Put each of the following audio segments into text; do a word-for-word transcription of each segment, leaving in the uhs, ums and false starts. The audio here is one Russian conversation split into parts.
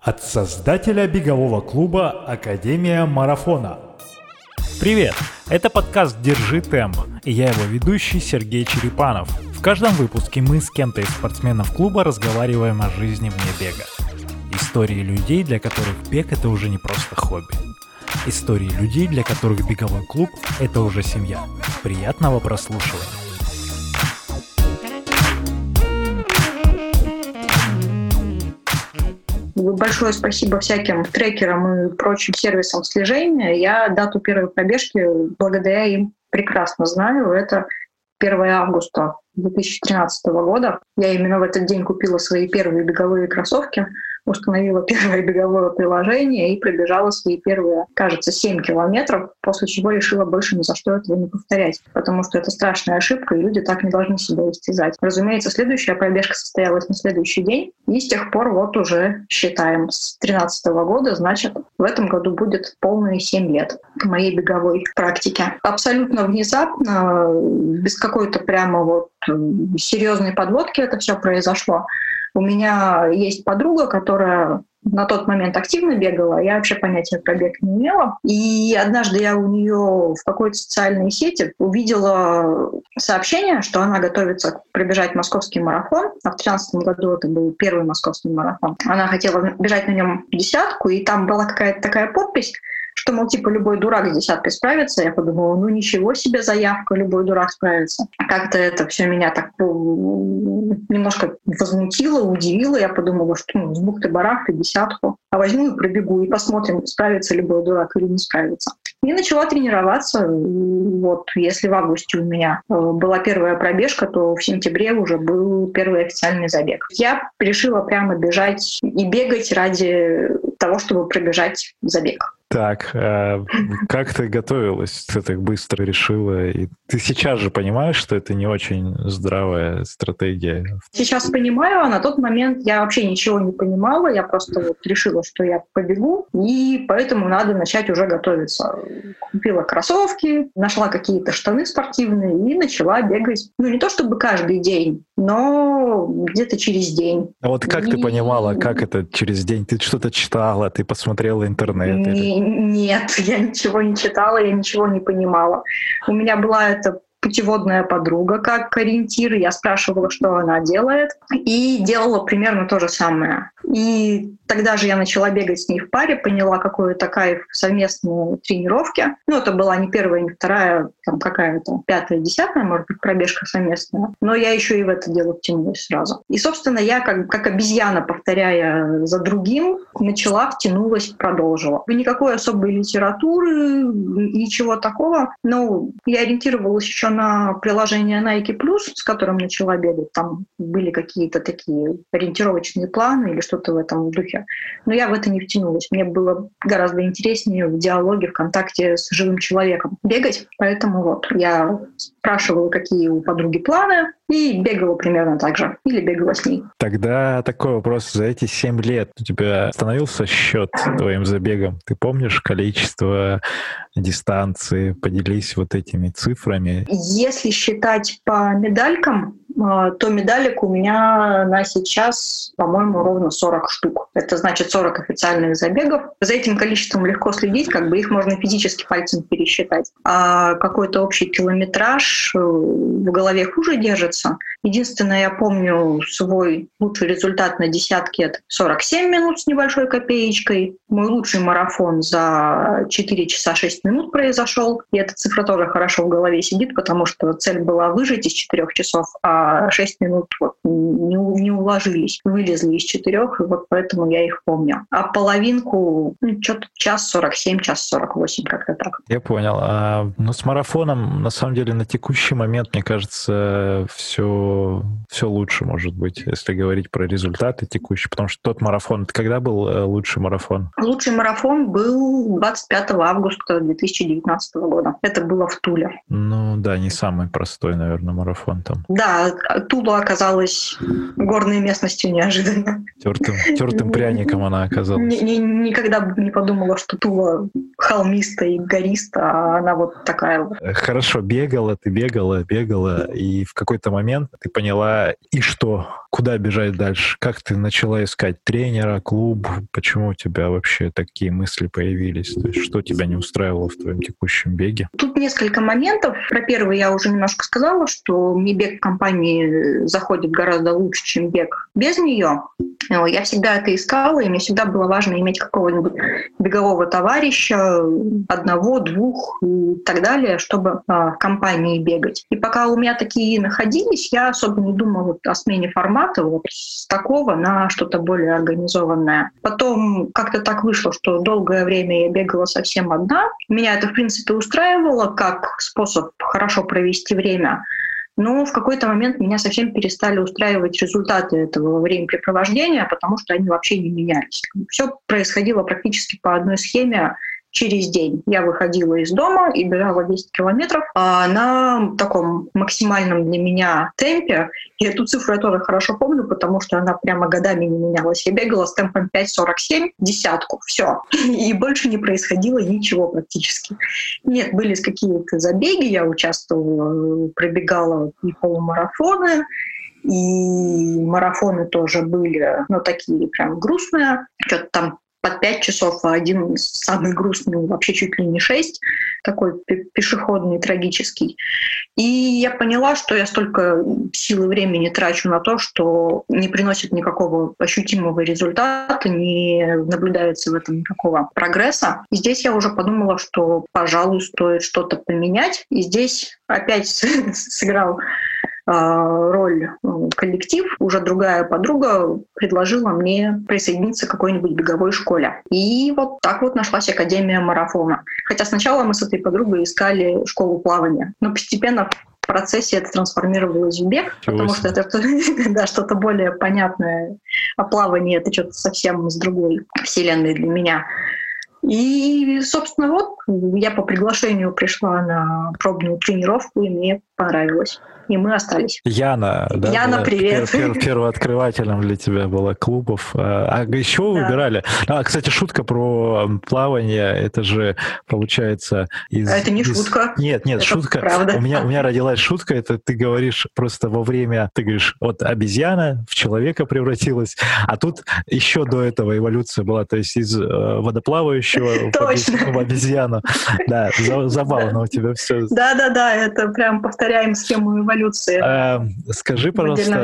От создателя бегового клуба «Академия марафона». Привет! Это подкаст «Держи темп», и я его ведущий Сергей Черепанов. В каждом выпуске мы с кем-то из спортсменов клуба разговариваем о жизни вне бега. Истории людей, для которых бег — это уже не просто хобби. Истории людей, для которых беговой клуб — это уже семья. Приятного прослушивания! Большое спасибо всяким трекерам и прочим сервисам слежения. Я дату первой пробежки благодаря им прекрасно знаю. Это первое августа две тысячи тринадцатого года. Я именно в этот день купила свои первые беговые кроссовки, установила первое беговое приложение и пробежала свои первые, кажется, семь километров, после чего решила больше ни за что этого не повторять, потому что это страшная ошибка, и люди так не должны себя истязать. Разумеется, следующая пробежка состоялась на следующий день, и с тех пор вот уже считаем с тринадцатого года, значит, в этом году будет полные семь лет моей беговой практики. Абсолютно внезапно, без какой-то прямо вот серьезной подводки это все произошло. У меня есть подруга, которая на тот момент активно бегала, я вообще понятия про бег не имела. И однажды я у нее в какой-то социальной сети увидела сообщение, что она готовится пробежать московский марафон. А в тринадцатом году это был первый московский марафон. Она хотела бежать на нем десятку, и там была какая-то такая подпись, что, мол, типа, любой дурак с десяткой справится. Я подумала, ну ничего себе заявка, любой дурак справится. Как-то это все меня так немножко возмутило, удивило. Я подумала, что ну, с бухты-барахты десятку, а возьму и пробегу, и посмотрим, справится любой дурак или не справится. И начала тренироваться. Вот, если в августе у меня была первая пробежка, то в сентябре уже был первый официальный забег. Я решила прямо бежать и бегать ради того, чтобы пробежать забег. Так, а как ты готовилась? Ты так быстро решила? И ты сейчас же понимаешь, что это не очень здравая стратегия? Сейчас понимаю, а на тот момент я вообще ничего не понимала. Я просто вот решила, что я побегу, и поэтому надо начать уже готовиться. Купила кроссовки, нашла какие-то штаны спортивные и начала бегать. Ну, не то чтобы каждый день, но где-то через день. А вот как и... ты понимала, как это через день? Ты что-то читала, ты посмотрела интернет? Не, или... Нет, я ничего не читала, я ничего не понимала. У меня была эта путеводная подруга как ориентир. Я спрашивала, что она делает, и делала примерно то же самое. И тогда же я начала бегать с ней в паре, поняла, какой это кайф совместной тренировки. Ну, это была не первая, не вторая, там какая-то пятая, десятая, может быть, пробежка совместная. Но я еще и в это дело втянулась сразу. И, собственно, я как, как обезьяна, повторяя за другим, начала, втянулась, продолжила. Никакой особой литературы, ничего такого. Но я ориентировалась еще на приложение Nike Plus, с которым начала бегать. Там были какие-то такие ориентировочные планы или что-то в этом духе. Но я в это не втянулась. Мне было гораздо интереснее в диалоге, в контакте с живым человеком бегать. Поэтому вот я спрашивала, какие у подруги планы, и бегала примерно так же. Или бегала с ней. Тогда такой вопрос. За эти семь лет у тебя становился счет твоим забегом? Ты помнишь количество дистанции? Поделись вот этими цифрами. Если считать по медалькам, то медалек у меня на сейчас, по-моему, ровно сорок штук. Это значит сорок официальных забегов. За этим количеством легко следить, как бы их можно физически пальцем пересчитать. А какой-то общий километраж в голове хуже держится. Единственное, я помню свой лучший результат на десятке — это сорок семь минут с небольшой копеечкой. Мой лучший марафон за четыре часа шесть минут произошел. И эта цифра тоже хорошо в голове сидит, потому что цель была выжить из четырех часов, а шесть минут вот не, не уложились, вылезли из четырех, и вот поэтому я их помню. А половинку, ну, что-то час сорок семь, час сорок восемь, как-то так. Я понял. А, ну, с марафоном, на самом деле, на текущий момент, мне кажется, все, все лучше, может быть, если говорить про результаты текущие, потому что тот марафон, это когда был лучший марафон? Лучший марафон был двадцать пятого августа две тысячи девятнадцатого года. Это было в Туле. Ну да, не самый простой, наверное, марафон там. Да, Тула оказалась горной местностью неожиданно. Тертым, тертым пряником она оказалась. Ни, ни, никогда бы не подумала, что Тула холмистая и гористая, а она вот такая вот. Хорошо, бегала, ты бегала, бегала, и в какой-то момент ты поняла, и что? куда бежать дальше? Как ты начала искать тренера, клуб? Почему у тебя вообще такие мысли появились? То есть что тебя не устраивало в твоем текущем беге? Тут несколько моментов. Про первый я уже немножко сказала, что мне бег в компании заходит гораздо лучше, чем бег без нее. Я всегда это искала, и мне всегда было важно иметь какого-нибудь бегового товарища, одного, двух и так далее, чтобы в компании бегать. И пока у меня такие находились, я особо не думала о смене формата вот с такого на что-то более организованное. Потом как-то так вышло, что долгое время я бегала совсем одна. Меня это, в принципе, устраивало как способ хорошо провести время. Но в какой-то момент меня совсем перестали устраивать результаты этого времяпрепровождения, потому что они вообще не менялись. Все происходило практически по одной схеме через день. Я выходила из дома и бежала десять километров а на таком максимальном для меня темпе. И эту цифру я тоже хорошо помню, потому что она прямо годами не менялась. Я бегала с темпом пять сорок семь, десятку, все. И больше не происходило ничего практически. Нет, были какие-то забеги, я участвовала, пробегала и полумарафоны, и марафоны тоже были, но такие прям грустные. Что-то там под пять часов, а один самый грустный вообще чуть ли не шесть, такой пешеходный, трагический. И я поняла, что я столько сил и времени трачу на то, что не приносит никакого ощутимого результата, не наблюдается в этом никакого прогресса. И здесь я уже подумала, что, пожалуй, стоит что-то поменять. И здесь опять сыграл роль коллектив. Уже другая подруга предложила мне присоединиться к какой-нибудь беговой школе. И вот так вот нашлась Академия марафона. Хотя сначала мы с этой подругой искали школу плавания. Но постепенно в процессе это трансформировалось в бег, Чего потому себе. Что это да, что-то более понятное. А плавание — это что-то совсем с другой вселенной для меня. И, собственно, вот я по приглашению пришла на пробную тренировку, и мне понравилось. И мы остались. Яна, да? Яна, привет. Пер, пер, первооткрывателем для тебя было клубов. А из чего вы да. выбирали? А, кстати, шутка про плавание, это же, получается... Из, а это не из... шутка. Нет, нет, это шутка. Правда. У меня, у меня родилась шутка, это ты говоришь просто во время... Ты говоришь, вот обезьяна в человека превратилась, а тут еще до этого эволюция была, то есть из водоплавающего в обезьяну. Да, забавно у тебя все. Да-да-да, это прям повторяем схему эволюции. А, скажи, пожалуйста,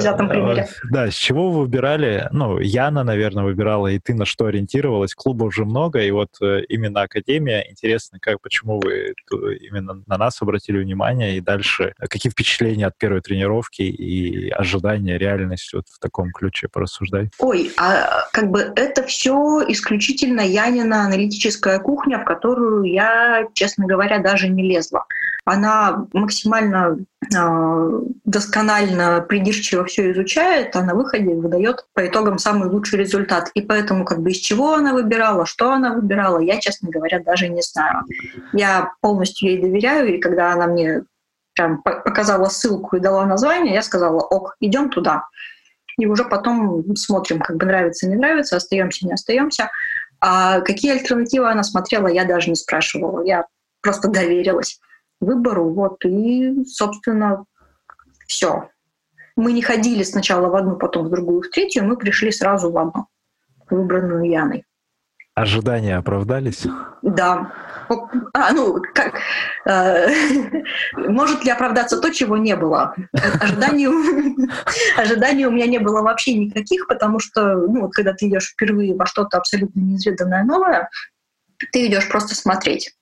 да, с чего вы выбирали? Ну, Яна, наверное, выбирала, и ты на что ориентировалась? Клубов уже много, и вот именно Академия. Интересно, как, почему вы именно на нас обратили внимание, и дальше какие впечатления от первой тренировки и ожидания, реальность вот в таком ключе порассуждай? Ой, а как бы это все исключительно Янина аналитическая кухня, в которую я, честно говоря, даже не лезла. Она максимально э, досконально, придирчиво все изучает, а на выходе выдает по итогам самый лучший результат. И поэтому как бы из чего она выбирала, что она выбирала, я, честно говоря, даже не знаю. Я полностью ей доверяю, и когда она мне прям показала ссылку и дала название, я сказала: ок, идем туда. И уже потом смотрим, как бы нравится, не нравится, остаемся, не остаемся. А какие альтернативы она смотрела, я даже не спрашивала. Я просто доверилась выбору, вот, и, собственно, все. Мы не ходили сначала в одну, потом в другую, в третью, мы пришли сразу в одну, выбранную Яной. Ожидания оправдались? Да. А, ну, как... Э, может ли оправдаться то, чего не было? Ожиданий, ожиданий у меня не было вообще никаких, потому что, ну, когда ты идешь впервые во что-то абсолютно неизведанное новое, ты идешь просто смотреть.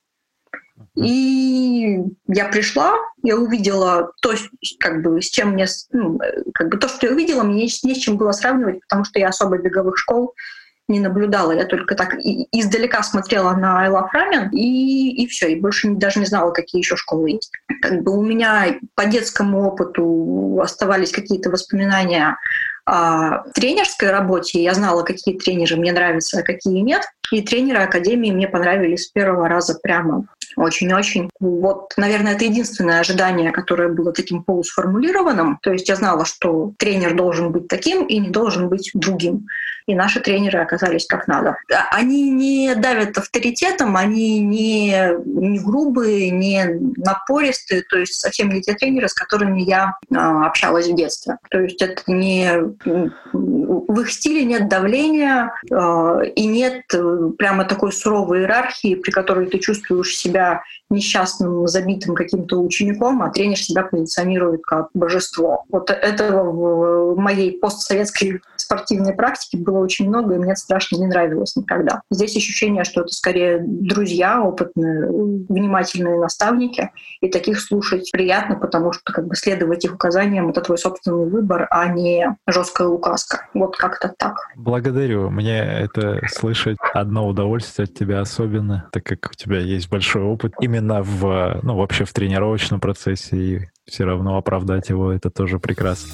И я пришла, я увидела то, как бы, с чем мне, ну, как бы то, что я увидела, мне не с чем было сравнивать, потому что я особо беговых школ не наблюдала. Я только так издалека смотрела на I Love Running, и, и все, и больше даже не знала, какие еще школы есть. Как бы у меня по детскому опыту оставались какие-то воспоминания о тренерской работе. Я знала, какие тренеры мне нравятся, а какие нет. И тренеры Академии мне понравились с первого раза прямо очень-очень. Вот, наверное, это единственное ожидание, которое было таким полусформулированным. То есть я знала, что тренер должен быть таким и не должен быть другим. и наши тренеры оказались как надо. Они не давят авторитетом, они не, не грубые, не напористые, то есть совсем не те тренеры, с которыми я а, общалась в детстве. То есть это не... В их стиле нет давления а, и нет прямо такой суровой иерархии, при которой ты чувствуешь себя несчастным, забитым каким-то учеником, а тренер себя позиционирует как божество. Вот этого в моей постсоветской спортивной практике было очень много, и мне это страшно не нравилось никогда. Здесь ощущение, что это скорее друзья, опытные, внимательные наставники, и таких слушать приятно, потому что как бы следовать их указаниям — это твой собственный выбор, а не жесткая указка. Вот как-то так. Благодарю. Мне это слышать одно удовольствие от тебя особенно, так как у тебя есть большой опыт именно в, ну, вообще в тренировочном процессе, и все равно оправдать его — это тоже прекрасно.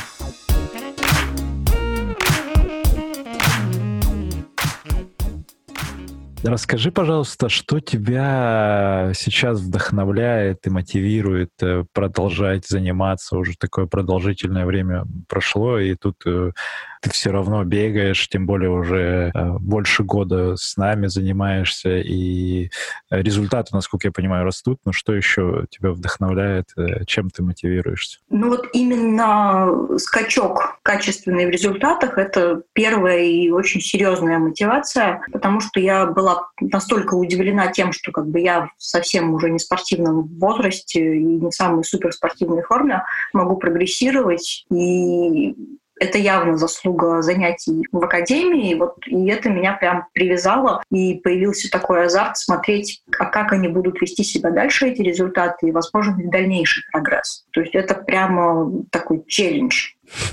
Расскажи, пожалуйста, что тебя сейчас вдохновляет и мотивирует продолжать заниматься? Уже такое продолжительное время прошло, и тут ты все равно бегаешь, тем более уже больше года с нами занимаешься, и результаты, насколько я понимаю, растут. Но что еще тебя вдохновляет? Чем ты мотивируешься? Ну вот именно скачок качественный в результатах — это первая и очень серьезная мотивация, потому что я была настолько удивлена тем, что как бы я в совсем уже не спортивном возрасте и не в самой суперспортивной форме могу прогрессировать, и это явно заслуга занятий в академии, вот, и это меня прям привязало, и появился такой азарт смотреть, а как они будут вести себя дальше, эти результаты, и, возможно, дальнейший прогресс. То есть это прямо такой челлендж,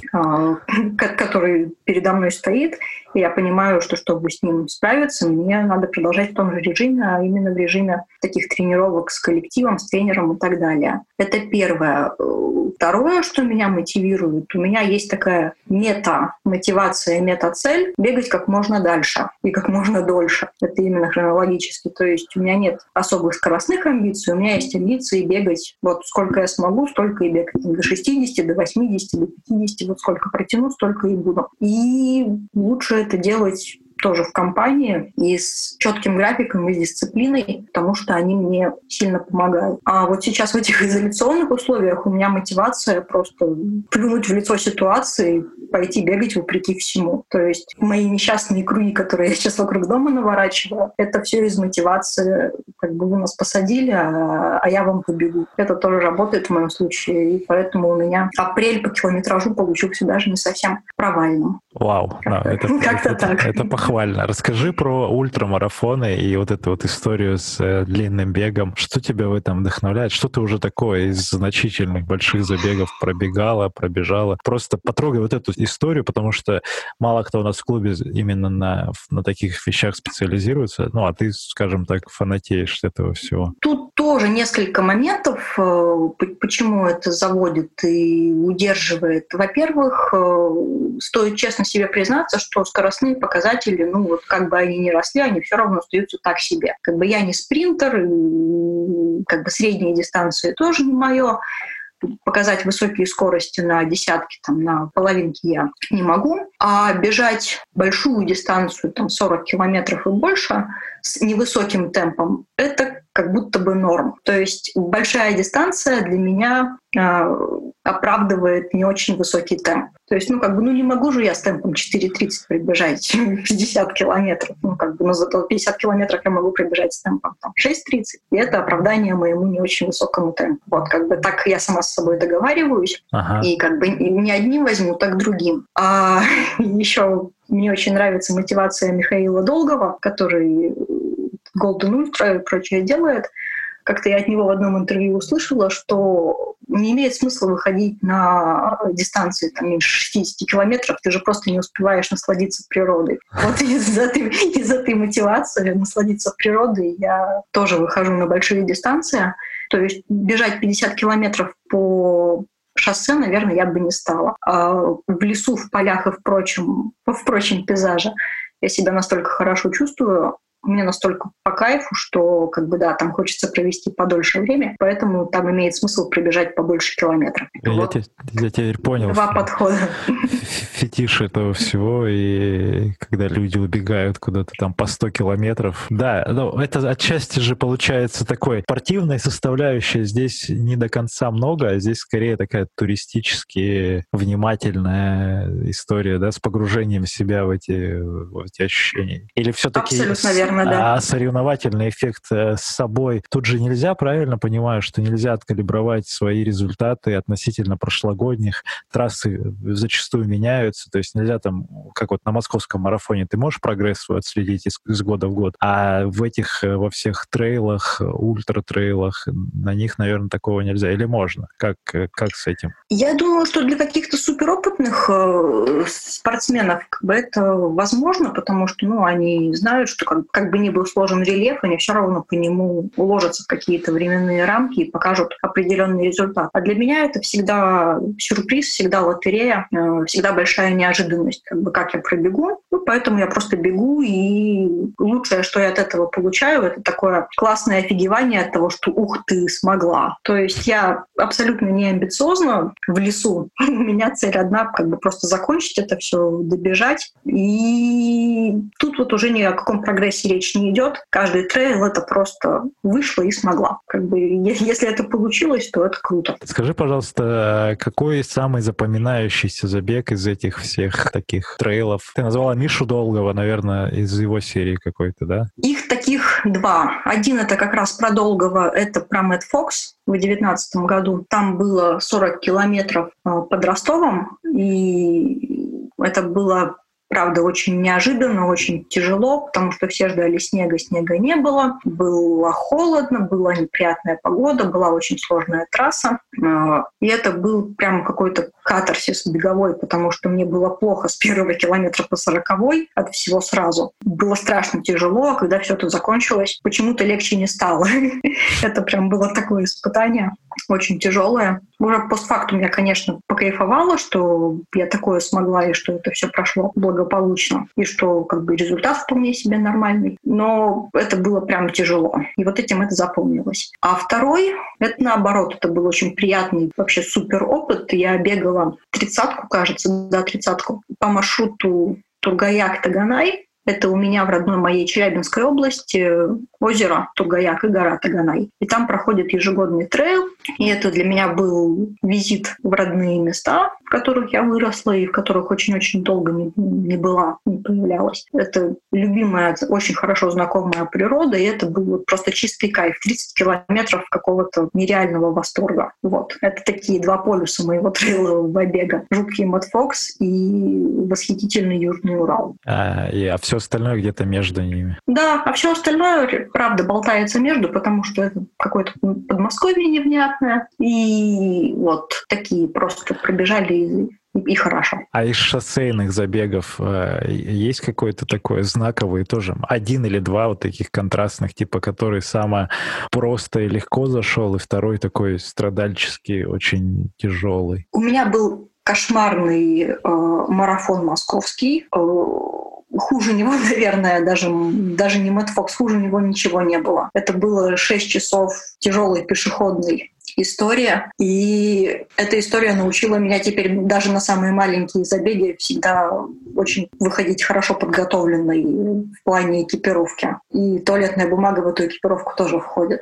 который передо мной стоит, и я понимаю, что чтобы с ним справиться, мне надо продолжать в том же режиме, а именно в режиме таких тренировок с коллективом, с тренером и так далее. Это первое. Второе, что меня мотивирует, у меня есть такая мета-мотивация, мета-цель — бегать как можно дальше и как можно дольше. Это именно хронологически. То есть у меня нет особых скоростных амбиций, у меня есть амбиции бегать вот сколько я смогу, столько и бегать. До шестидесяти, до восьмидесяти, до пятидесяти, вот сколько протяну, столько и буду. И лучше это делать тоже в компании и с четким графиком и с дисциплиной, потому что они мне сильно помогают. А вот сейчас в этих изоляционных условиях у меня мотивация просто плюнуть в лицо ситуации, пойти бегать вопреки всему. То есть мои несчастные круги, которые я сейчас вокруг дома наворачиваю, это все из мотивации, как бы вы нас посадили, а, а я вам побегу. Это тоже работает в моем случае, и поэтому у меня апрель по километражу получился даже не совсем провальным. Вау, как-то, да, это, как-то это, так. Это похвально. Расскажи про ультрамарафоны и вот эту вот историю с э, длинным бегом. Что тебя в этом вдохновляет? Что ты уже такое из значительных больших забегов пробегала, пробежала? Просто потрогай вот эту историю, потому что мало кто у нас в клубе именно на, на таких вещах специализируется. Ну, а ты, скажем так, фанатеешь этого всего. Тут тоже несколько моментов, почему это заводит и удерживает. Во-первых, стоит честно себе признаться, что скоростные показатели, ну вот как бы они ни росли, они все равно остаются так себе. Как бы я не спринтер, и как бы средние дистанции тоже не мое. Показать высокие скорости на десятки, там, на половинки я не могу. А бежать большую дистанцию, там, сорок километров и больше, с невысоким темпом, это как будто бы норм. То есть большая дистанция для меня э, оправдывает не очень высокий темп. То есть, ну, как бы, ну, не могу же я с темпом четыре тридцать пробежать шестьдесят километров. Ну, как бы, ну, зато пятьдесят километров я могу пробежать с темпом там шесть тридцать. И это оправдание моему не очень высокому темпу. Вот, как бы, так я сама с собой договариваюсь. Ага. И, как бы, не одним возьму, так другим. А еще мне очень нравится мотивация Михаила Долгова, который Golden Ultra и прочее делает. Как-то я от него в одном интервью услышала, что не имеет смысла выходить на дистанции там, меньше шестидесяти километров, ты же просто не успеваешь насладиться природой. Вот из этой, из этой мотивации насладиться природой я тоже выхожу на большие дистанции. То есть бежать пятьдесят километров по шоссе, наверное, я бы не стала. А в лесу, в полях и в прочем, в прочем пейзаже я себя настолько хорошо чувствую, мне настолько по кайфу, что как бы да, там хочется провести подольше время, поэтому там имеет смысл пробежать побольше километров. Я, Вот. те, я теперь понял. Два подхода. Фетиш этого всего, и когда люди убегают куда-то там по сто километров. Да, ну, это отчасти же получается такой спортивной составляющей здесь не до конца много, а здесь скорее такая туристически внимательная история, да, с погружением себя в эти, в эти ощущения. Или все-таки абсолютно верно, да. А соревновательный эффект с собой. Тут же нельзя, правильно понимаю, что нельзя откалибровать свои результаты относительно прошлогодних. Трассы зачастую меняются, то есть нельзя там, как вот на московском марафоне, ты можешь прогресс свой отследить из, из года в год, а в этих, во всех трейлах, ультра-трейлах, на них, наверное, такого нельзя. Или можно? Как, как с этим? Я думаю, что для каких-то суперопытных э, спортсменов как бы это возможно, потому что ну, они знают, что как, как бы ни был сложен рельеф, они все равно по нему уложатся в какие-то временные рамки и покажут определенный результат. А для меня это всегда сюрприз, всегда лотерея, э, всегда большая неожиданность, как бы как я пробегу. Ну, поэтому я просто бегу, и лучшее, что я от этого получаю, это такое классное офигевание от того, что ух ты, смогла. То есть я абсолютно не амбициозна в лесу. У меня цель одна, как бы просто закончить это все, добежать. И тут вот уже ни о каком прогрессе речь не идет. Каждый трейл — это просто вышло и смогла. Как бы, если это получилось, то это круто. Скажи, пожалуйста, какой самый запоминающийся забег из этих всех таких трейлов? Ты назвала Мишу Долгого, наверное, из его серии какой-то, да? Их таких два. Один — это как раз про Долгого, это про Мэтт Фокс в две тысячи девятнадцатом году. Там было сорок километров под Ростовом, и это было, правда, очень неожиданно, очень тяжело, потому что все ждали снега, снега не было. Было холодно, была неприятная погода, была очень сложная трасса. И это был прям какой-то катарсис беговой, потому что мне было плохо с первого километра по сороковой от всего сразу. Было страшно тяжело, а когда все это закончилось, почему-то легче не стало. Это прям было такое испытание, очень тяжелое. Уже постфактум я, конечно, покайфовала, что я такое смогла, и что это все прошло благополучно, и что как бы результат вполне себе нормальный. Но это было прям тяжело. И вот этим это запомнилось. А второй, это наоборот, это был очень приятный, вообще супер опыт. Я бегала тридцатку, кажется, да, тридцатку по маршруту Тургаяк-Таганай. Это у меня в родной моей Челябинской области озеро Тургаяк и гора Таганай. И там проходит ежегодный трейл. И это для меня был визит в родные места, в которых я выросла и в которых очень-очень долго не, не была, не появлялась. Это любимая, очень хорошо знакомая природа, и это был просто чистый кайф. тридцать километров какого-то нереального восторга. Вот. Это такие два полюса моего трейлового бега. Жуткий Мэтт Фокс и восхитительный Южный Урал. А, и, а все остальное где-то между ними. Да, а все остальное, правда, болтается между, потому что это какое-то Подмосковье невнятное. И вот такие просто пробежали и, и хорошо. А из шоссейных забегов э, есть какой-то такой знаковый тоже? Один или два вот таких контрастных, типа, который самое просто и легко зашел, и второй такой страдальческий, очень тяжелый? У меня был кошмарный э, марафон московский. Э, Хуже него, наверное, даже, даже не Мэтт Фокс, хуже него ничего не было. Это было шесть часов тяжелой пешеходной история. И эта история научила меня теперь даже на самые маленькие забеги всегда очень выходить хорошо подготовленной в плане экипировки. И туалетная бумага в эту экипировку тоже входит.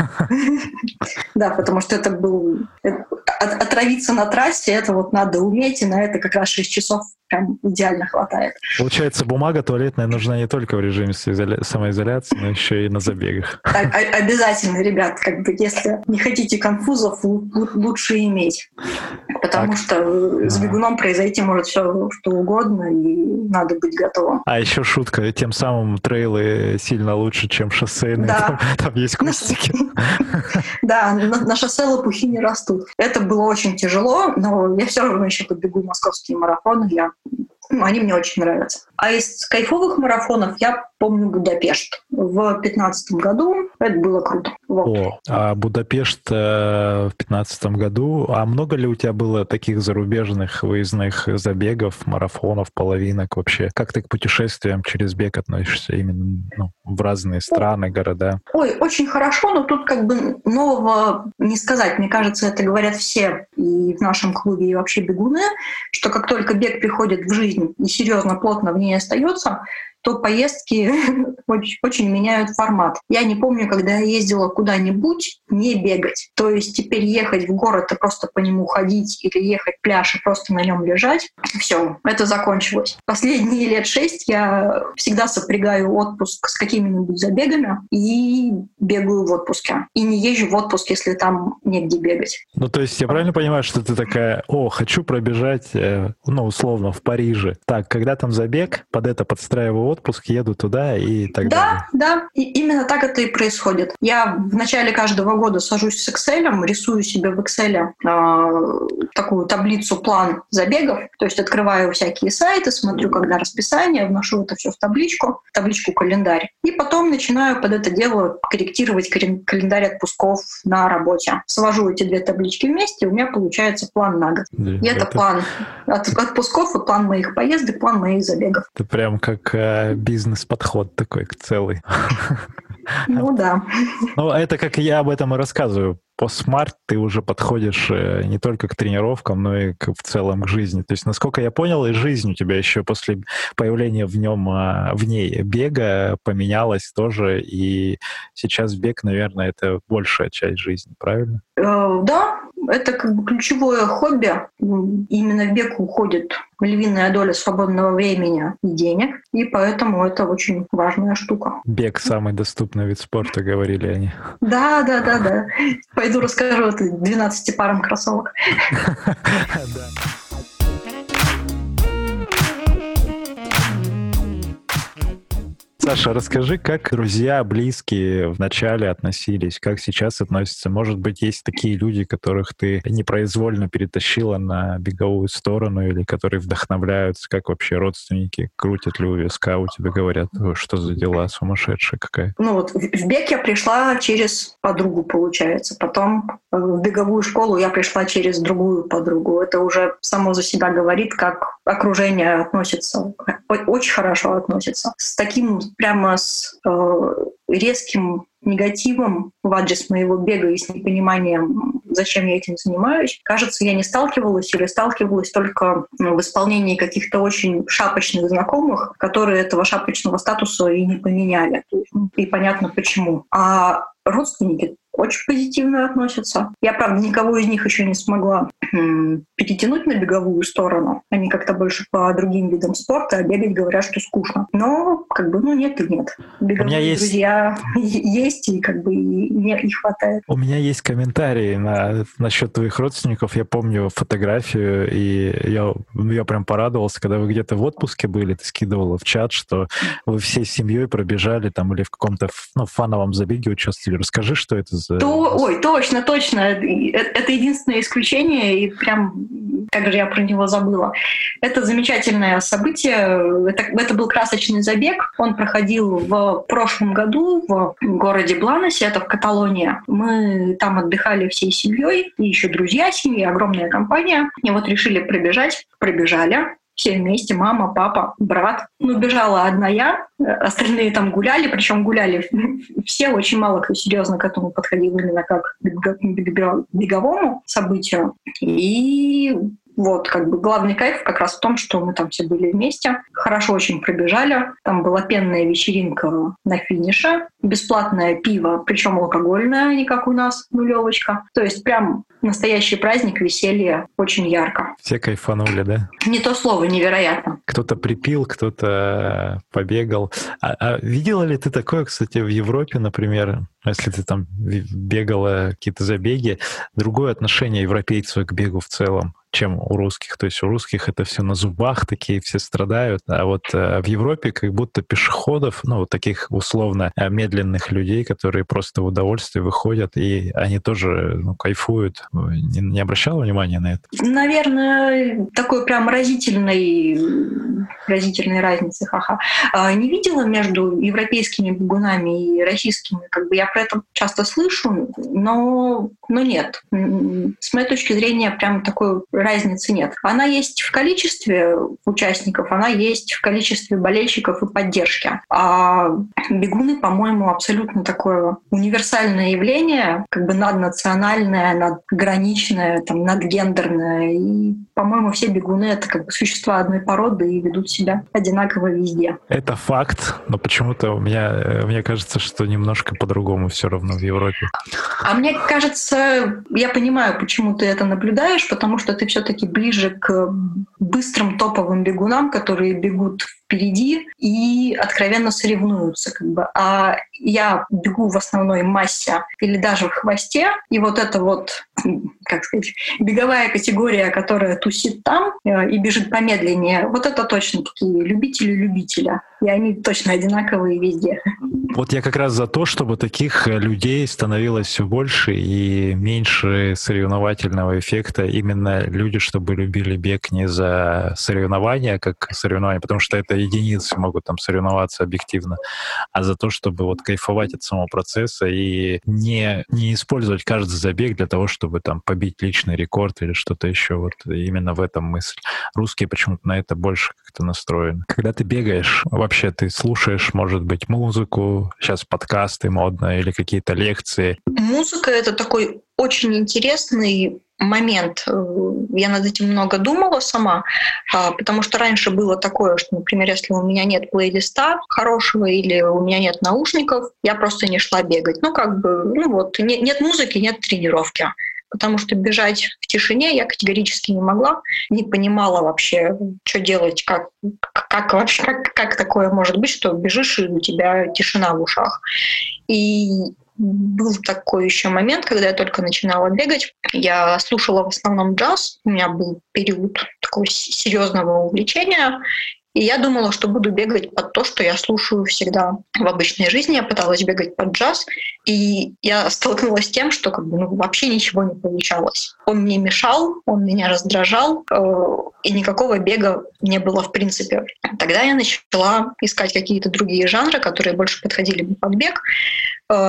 Да, потому что это был... Отравиться на трассе, это вот надо уметь, и на это как раз шесть часов прям идеально хватает. Получается, бумага туалетная нужна не только в режиме самоизоляции, но еще и на забегах. Обязательно, ребят, как бы, если не хотите конфузов, лучше иметь. Потому так. что с бегуном произойти может все что угодно, и надо быть готовым. А еще шутка, тем самым трейлы сильно лучше, чем шоссейные. Да. Там, там есть кустики. Да, на шоссе лопухи не растут. Это было очень тяжело, но я все равно еще побегу московские марафоны. Я Ну, они мне очень нравятся. А из кайфовых марафонов я помню Будапешт в пятнадцатом году. Это было круто. Вот. О, а Будапешт э, в пятнадцатом году. А много ли у тебя было таких зарубежных выездных забегов, марафонов, половинок вообще? Как ты к путешествиям через бег относишься именно ну, в разные страны, города? Ой, очень хорошо, но тут как бы нового не сказать. Мне кажется, это говорят все и в нашем клубе, и вообще бегуны, что как только бег приходит в жизнь и серьезно, плотно в ней остается, то поездки очень, очень меняют формат. Я не помню, когда я ездила куда-нибудь не бегать. То есть теперь ехать в город и просто по нему ходить или ехать в пляж и просто на нем лежать, все, это закончилось. Последние лет шесть я всегда сопрягаю отпуск с какими-нибудь забегами и бегаю в отпуске. И не езжу в отпуск, если там негде бегать. Ну, то есть я правильно понимаю, что ты такая, о, хочу пробежать, э, ну, условно, в Париже. Так, когда там забег, под это подстраиваю отпуск, еду туда и так да, далее. Да, да. И именно так это и происходит. Я в начале каждого года сажусь с Excel, рисую себе в Excel э, такую таблицу, план забегов, то есть открываю всякие сайты, смотрю, когда расписание, вношу это все в табличку, в табличку календарь. И потом начинаю под это дело корректировать календарь отпусков на работе. Свожу эти две таблички вместе, и у меня получается план на год. Да, и это, это план от, отпусков и план моих поездок, план моих забегов. Это прям как э, бизнес-подход такой целый. Ну да. Ну, это как я об этом и рассказываю. По смарт ты уже подходишь не только к тренировкам, но и к, в целом к жизни. То есть, насколько я понял, и жизнь у тебя еще после появления в нем, в ней бега поменялась тоже, и сейчас бег, наверное, это большая часть жизни, правильно? Да, это как бы ключевое хобби. Именно в бег уходит львиная доля свободного времени и денег, и поэтому это очень важная штука. Бег — самый доступный вид спорта, говорили они. Да, да, да, да. Пойду расскажу это двенадцати парам кроссовок. Саша, расскажи, как друзья, близкие вначале относились, как сейчас относятся? Может быть, есть такие люди, которых ты непроизвольно перетащила на беговую сторону или которые вдохновляются, как вообще родственники, крутят ли у виска, у тебя говорят, что за дела, сумасшедшая какая? Ну вот в бег я пришла через подругу, получается. Потом в беговую школу я пришла через другую подругу. Это уже само за себя говорит, как окружение относится, очень хорошо относится. С таким прямо с э, резким негативом в адрес моего бега и с непониманием, зачем я этим занимаюсь, кажется, я не сталкивалась или сталкивалась только в исполнении каких-то очень шапочных знакомых, которые этого шапочного статуса и не поменяли. И понятно почему. А родственники очень позитивно относятся. Я, правда, никого из них еще не смогла м- перетянуть на беговую сторону. Они как-то больше по другим видам спорта, а бегать говорят, что скучно. Но как бы, ну нет и нет. Беговые есть... друзья есть, и как бы и мне их хватает. У меня есть комментарии на, насчет твоих родственников. Я помню фотографию, и я, я прям порадовался, когда вы где-то в отпуске были, ты скидывала в чат, что вы всей семьей пробежали там или в каком-то ну, фановом забеге участвовали. Расскажи, что это за... То, ой, точно, точно. Это единственное исключение, и прям как же я про него забыла. Это замечательное событие. Это, это был красочный забег. Он проходил в прошлом году в городе Бланосе, это в Каталонии. Мы там отдыхали всей семьей, и еще друзья семьи, огромная компания. И вот решили пробежать. Пробежали. Все вместе, мама, папа, брат. Ну, бежала одна я, остальные там гуляли, причем гуляли все, очень мало кто серьезно к этому подходил именно как к беговому событию. И вот, как бы главный кайф как раз в том, что мы там все были вместе, хорошо очень пробежали. Там была пенная вечеринка на финише, бесплатное пиво, причем алкогольное, не как у нас, нулевочка. То есть прям настоящий праздник, веселье, очень ярко. Все кайфанули, да? Не то слово, невероятно. Кто-то припил, кто-то побегал. А, а видела ли ты такое, кстати, в Европе, например, если ты там бегала какие-то забеги, другое отношение европейцев к бегу в целом? чем у русских. То есть у русских это все на зубах, такие все страдают. А вот э, в Европе как будто пешеходов, ну, вот таких условно медленных людей, которые просто в удовольствие выходят, и они тоже, ну, кайфуют. Не, не обращала внимания на это? Наверное, такой прям разительной, разительной разницы, ха-ха. Не видела между европейскими бегунами и российскими. Как бы я про это часто слышу, но, но нет. С моей точки зрения, прям такой разницы нет. Она есть в количестве участников, она есть в количестве болельщиков и поддержки. А бегуны, по-моему, абсолютно такое универсальное явление, как бы наднациональное, надграничное, там, надгендерное. И, по-моему, все бегуны — это как бы существа одной породы и ведут себя одинаково везде. Это факт, но почему-то у меня, мне кажется, что немножко по-другому все равно в Европе. А мне кажется, я понимаю, почему ты это наблюдаешь, потому что ты все-таки ближе к быстрым топовым бегунам, которые бегут впереди и откровенно соревнуются. Как бы. А я бегу в основной массе или даже в хвосте, и вот это вот, как сказать, беговая категория, которая тусит там и бежит помедленнее, вот это точно такие любители-любителя. И они точно одинаковые везде. Вот я как раз за то, чтобы таких людей становилось все больше и меньше соревновательного эффекта. Именно люди, чтобы любили бег не за соревнования, как соревнования, потому что это единицы могут там соревноваться объективно, а за то, чтобы вот кайфовать от самого процесса и не, не использовать каждый забег для того, чтобы там побить личный рекорд или что-то еще. Вот именно в этом мысль. Русские почему-то на это больше как-то настроены. Когда ты бегаешь, вообще ты слушаешь, может быть, музыку, сейчас подкасты модно или какие-то лекции? Музыка — это такой очень интересный момент. Я над этим много думала сама, потому что раньше было такое, что, например, если у меня нет плейлиста хорошего или у меня нет наушников, я просто не шла бегать. Ну, как бы, ну вот, нет, нет музыки, нет тренировки. Потому что бежать в тишине я категорически не могла, не понимала вообще, что делать, как, как вообще, как, как такое может быть, что бежишь, и у тебя тишина в ушах. И был такой еще момент, когда я только начинала бегать. Я слушала в основном джаз. У меня был период такого серьезного увлечения. И я думала, что буду бегать под то, что я слушаю всегда в обычной жизни. Я пыталась бегать под джаз, и я столкнулась с тем, что как бы, ну, вообще ничего не получалось. Он мне мешал, он меня раздражал, э, и никакого бега не было в принципе. Тогда я начала искать какие-то другие жанры, которые больше подходили бы под бег, э,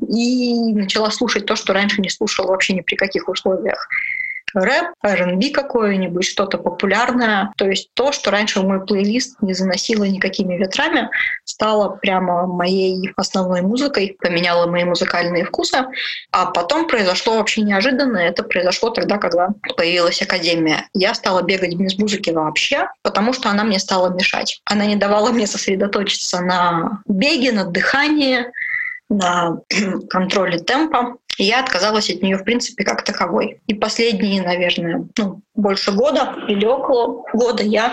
и начала слушать то, что раньше не слушала вообще ни при каких условиях. Рэп, ар энд би какое-нибудь, что-то популярное. То есть то, что раньше в мой плейлист не заносило никакими ветрами, стало прямо моей основной музыкой, поменяло мои музыкальные вкусы. А потом произошло вообще неожиданно. Это произошло тогда, когда появилась академия. Я стала бегать без музыки вообще, потому что она мне стала мешать. Она не давала мне сосредоточиться на беге, на дыхании, на контроле темпа. И я отказалась от нее, в принципе, как таковой. И последние, наверное, ну, больше года или около года я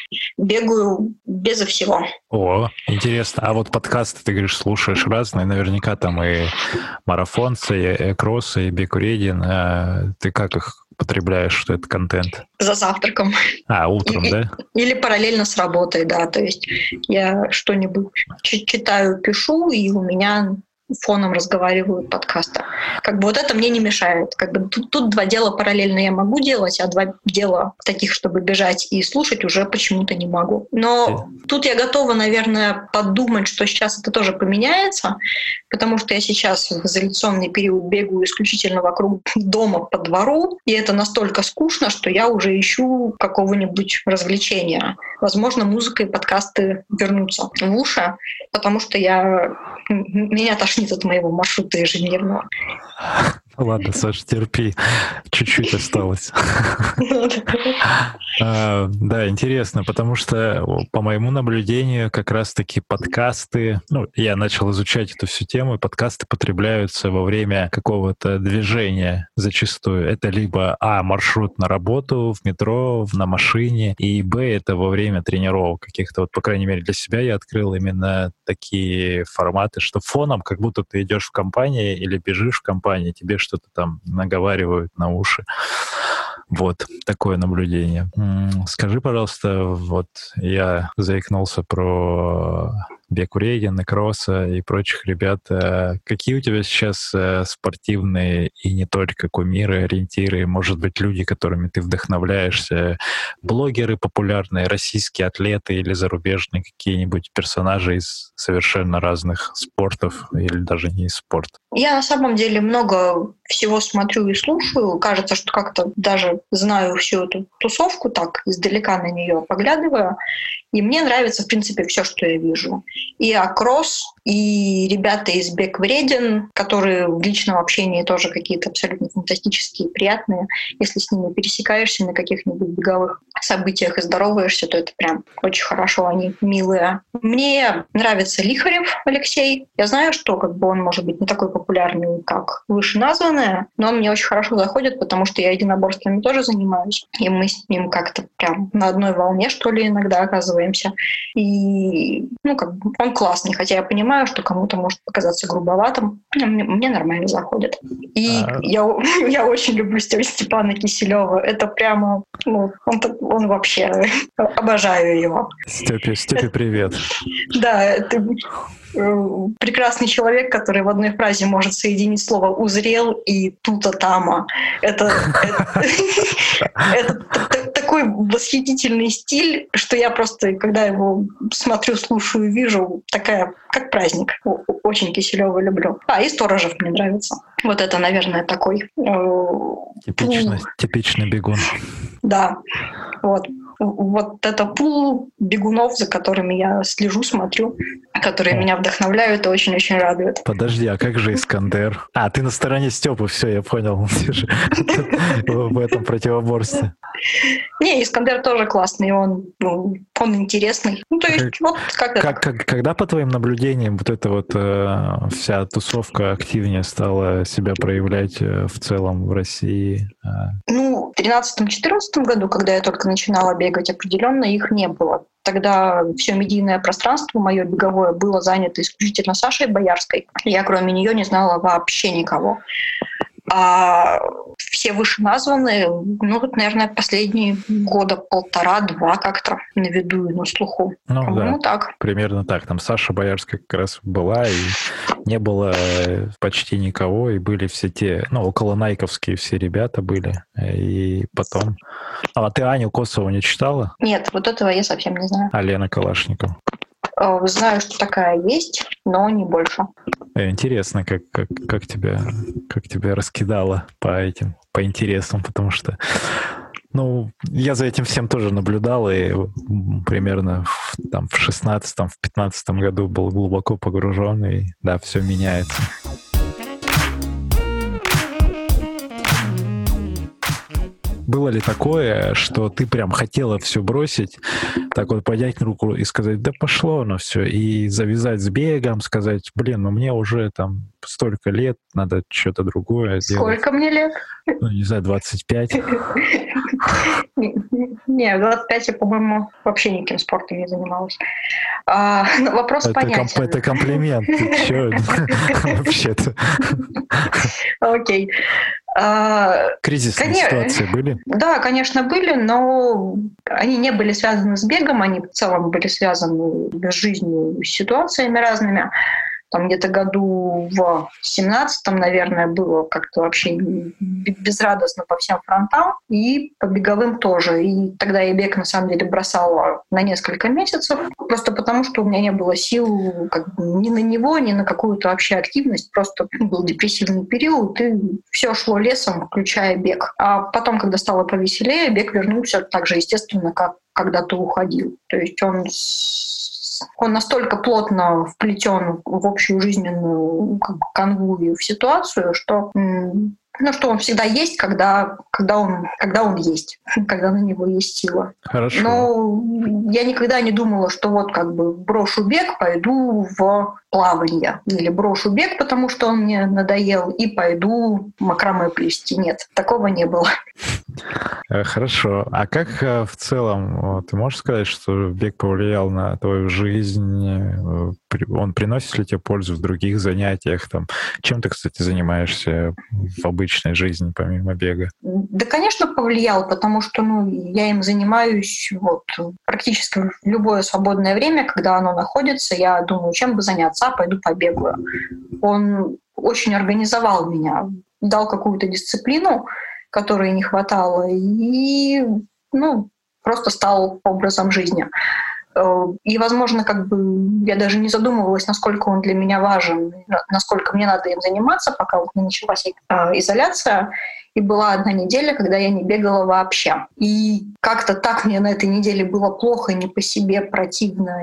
бегаю безо всего. О, интересно. А вот подкасты, ты говоришь, слушаешь разные. Наверняка там и марафонцы, и кроссы, и бег-редин. А ты как их потребляешь, что это контент? За завтраком. А, утром, и, да? Или параллельно с работой, да. То есть я что-нибудь читаю, пишу, и у меня фоном разговаривают подкасты. Как бы вот это мне не мешает. Как бы тут, тут два дела параллельно я могу делать, а два дела таких, чтобы бежать и слушать, уже почему-то не могу. Но yeah. тут я готова, наверное, подумать, что сейчас это тоже поменяется, потому что я сейчас в изоляционный период бегаю исключительно вокруг дома по двору, и это настолько скучно, что я уже ищу какого-нибудь развлечения. Возможно, музыка и подкасты вернутся в уши, потому что я... меня тошнит от моего маршрута ежедневного. Ладно, Саша, терпи. Чуть-чуть осталось. Да, интересно, потому что по моему наблюдению как раз-таки подкасты, ну, я начал изучать эту всю тему, и подкасты потребляются во время какого-то движения зачастую. Это либо, а, маршрут на работу, в метро, на машине, и, б, это во время тренировок каких-то. Вот, по крайней мере, для себя я открыл именно такие форматы, что фоном, как будто ты идешь в компании или бежишь в компании, тебе что-то там наговаривают на уши. Вот, такое наблюдение. Скажи, пожалуйста, вот я заикнулся про бег Вреден, Кросса и прочих ребят. Какие у тебя сейчас спортивные и не только кумиры, ориентиры, может быть, люди, которыми ты вдохновляешься, блогеры популярные, российские атлеты или зарубежные какие-нибудь персонажи из совершенно разных спортов или даже не из спорта? Я на самом деле много всего смотрю и слушаю. Кажется, что как-то даже знаю всю эту тусовку, так издалека на нее поглядываю. И мне нравится, в принципе, все, что я вижу. И Акросс, и ребята из Бег Вреден, которые в личном общении тоже какие-то абсолютно фантастические, приятные. Если с ними пересекаешься на каких-нибудь беговых событиях и здороваешься, то это прям очень хорошо, они милые. Мне нравится Лихарев Алексей. Я знаю, что как бы он может быть не такой популярный, как вышеназванное, но он мне очень хорошо заходит, потому что я единоборствами тоже занимаюсь. И мы с ним как-то прям на одной волне, что ли, иногда оказываемся. И ну, как бы он классный, хотя я понимаю, что кому-то может показаться грубоватым. Мне, мне нормально заходит. И а... я, я очень люблю Степана Киселева. Это прямо, ну, он, он вообще, обожаю его. Степе, Степе, привет. Да, это прекрасный человек, который в одной фразе может соединить слово «узрел» и «тута-тама». Это, это, это такой восхитительный стиль, что я просто, когда его смотрю, слушаю, вижу, такая, как праздник. Очень Киселева люблю. А, и Сторожев мне нравится. Вот это, наверное, такой... Типичный, типичный бегун. Да, вот. Вот это пул бегунов, за которыми я слежу, смотрю, которые О. меня вдохновляют и очень-очень радуют. Подожди, а как же Искандер? А, ты на стороне Степы, все, я понял. В этом противоборстве. Не, Искандер тоже классный, он, ну, он интересный. Ну, то есть, вот как это. Как, когда, по твоим наблюдениям, вот эта вот э, вся тусовка активнее стала себя проявлять э, в целом в России? Э? Ну, в тринадцатом-четырнадцатом году, когда я только начинала бегать, определенно их не было. Тогда все медийное пространство мое беговое было занято исключительно Сашей Боярской. Я кроме нее не знала вообще никого. А все вышеназванные, ну, вот, наверное, последние года полтора-два как-то на виду и на слуху. Ну, По-моему, да, так. Примерно так. Там Саша Боярская как раз была, и не было почти никого, и были все те, ну, около найковские все ребята были. И потом... А ты Аню Косову не читала? Нет, вот этого я совсем не знаю. А Лена Калашникова? Знаю, что такая есть, но не больше. Интересно, как, как, как, тебя, как тебя раскидало по этим, по интересам, потому что, ну, я за этим всем тоже наблюдал, и примерно в, там, в шестнадцатом, в пятнадцатом году был глубоко погружен, и да, все меняется. Было ли такое, что ты прям хотела все бросить, так вот поднять руку и сказать, да пошло оно все, и завязать с бегом, сказать, блин, ну мне уже там столько лет, надо что-то другое делать. Сколько мне лет? Ну, не знаю, двадцать пять. Не, в двадцать пять я, по-моему, вообще никаким спортом не занималась. А, вопрос понятен. Это комплимент. Ты чё? Вообще-то. Окей. Кризисные Конечно, ситуации были? Да, конечно, были, но они не были связаны с бегом, они в целом были связаны с жизнью, с ситуациями разными. Там где-то году в семнадцатом, наверное, было как-то вообще безрадостно по всем фронтам, и по беговым тоже. И тогда я бег, на самом деле, бросала на несколько месяцев, просто потому что у меня не было сил как бы, ни на него, ни на какую-то вообще активность. Просто был депрессивный период, и все шло лесом, включая бег. А потом, когда стало повеселее, бег вернулся так же естественно, как когда ты уходил. То есть он... Он настолько плотно вплетен в общую жизненную как бы, канву и в ситуацию, что, ну, что он всегда есть, когда, когда, он, когда он есть, когда на него есть сила. Хорошо. Но я никогда не думала, что вот как бы брошу бег, пойду в плавание. Или брошу бег, потому что он мне надоел, и пойду макраме плести. Нет, такого не было. Хорошо. А как в целом, ты можешь сказать, что бег повлиял на твою жизнь? Он приносит ли тебе пользу в других занятиях? Там, чем ты, кстати, занимаешься в обычном обычной жизни, помимо бега? Да, конечно, повлиял, потому что ну, я им занимаюсь вот, практически в любое свободное время, когда оно находится, я думаю, чем бы заняться, пойду побегаю. Он очень организовал меня, дал какую-то дисциплину, которой не хватало, и ну, просто стал образом жизни. И, возможно, как бы я даже не задумывалась, насколько он для меня важен, насколько мне надо им заниматься, пока вот не началась изоляция. И была одна неделя, когда я не бегала вообще. И как-то так мне на этой неделе было плохо, не по себе, противно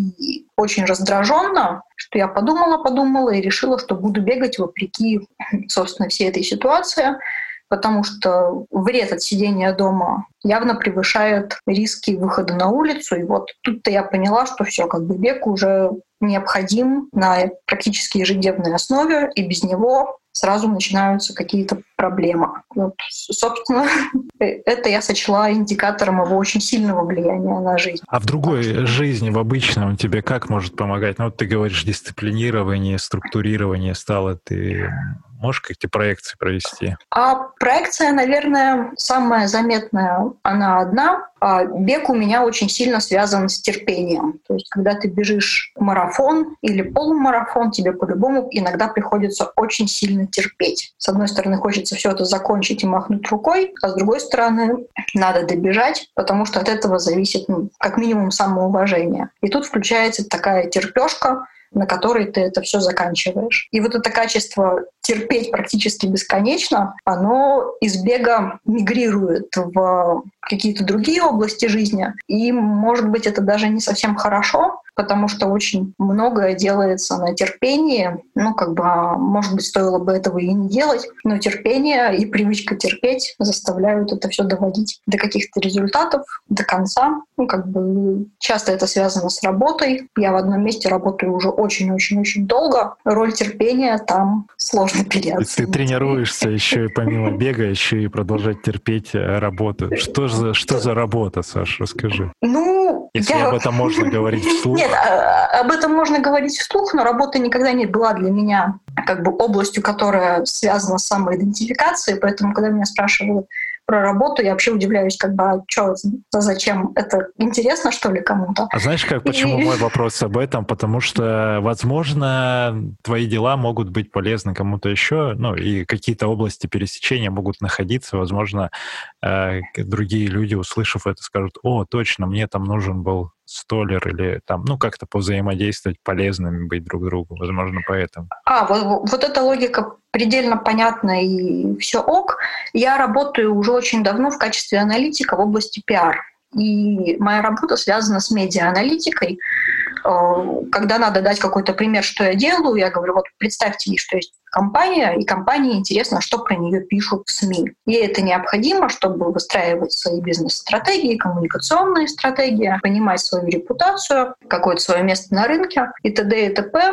и очень раздраженно, что я подумала, подумала и решила, что буду бегать вопреки, собственно, всей этой ситуации, потому что вред от сидения дома явно превышает риски выхода на улицу. И вот тут-то я поняла, что все, как бы бег уже необходим на практически ежедневной основе, и без него сразу начинаются какие-то проблемы. Вот, собственно, это я сочла индикатором его очень сильного влияния на жизнь. А в другой что... жизни, в обычном, тебе как может помогать? Ну вот ты говоришь, дисциплинирование, структурирование стало. Ты можешь какие-то проекции провести? А проекция, наверное, самая заметная, она одна. А бег у меня очень сильно связан с терпением. То есть, когда ты бежишь марафон или полумарафон, тебе по-любому иногда приходится очень сильно терпеть. С одной стороны, хочется все это закончить и махнуть рукой, а с другой стороны, надо добежать, потому что от этого зависит, ну, как минимум, самоуважение. И тут включается такая терпёшка, на которой ты это все заканчиваешь. И вот это качество терпеть практически бесконечно, оно из бега мигрирует в какие-то другие области жизни. И, может быть, это даже не совсем хорошо, потому что очень многое делается на терпении. Ну, как бы, может быть, стоило бы этого и не делать, но терпение и привычка терпеть заставляют это все доводить до каких-то результатов, до конца. Ну, как бы, часто это связано с работой. Я в одном месте работаю уже очень-очень-очень долго. Роль терпения там сложно переоценить. Ты тренируешься еще и помимо бега, еще и продолжать терпеть работу. Что за, что за работа, Саша, расскажи. Ну, Если я... об этом можно говорить вслух. Нет, об этом можно говорить вслух, но работа никогда не была для меня как бы областью, которая связана с самоидентификацией, поэтому, когда меня спрашивают про работу, я вообще удивляюсь, как бы, а что, зачем? Это интересно, что ли, кому-то? А знаешь, как, почему и... мой вопрос об этом? Потому что, возможно, твои дела могут быть полезны кому-то еще, ну, и какие-то области пересечения могут находиться, возможно, э, другие люди, услышав это, скажут: о, точно, мне там нужен был столер, или там, ну, как-то повзаимодействовать, полезными быть друг другу, возможно, поэтому. А, вот, вот эта логика предельно понятна, и все ок. Я работаю уже очень давно в качестве аналитика в области пиар. И моя работа связана с медиа-аналитикой. Когда надо дать какой-то пример, что я делаю, я говорю: вот представьте, что есть компания, и компании интересно, что про нее пишут в СМИ. Ей это необходимо, чтобы выстраивать свои бизнес-стратегии, коммуникационные стратегии, понимать свою репутацию, какое-то свое место на рынке и т.д. и т.п.,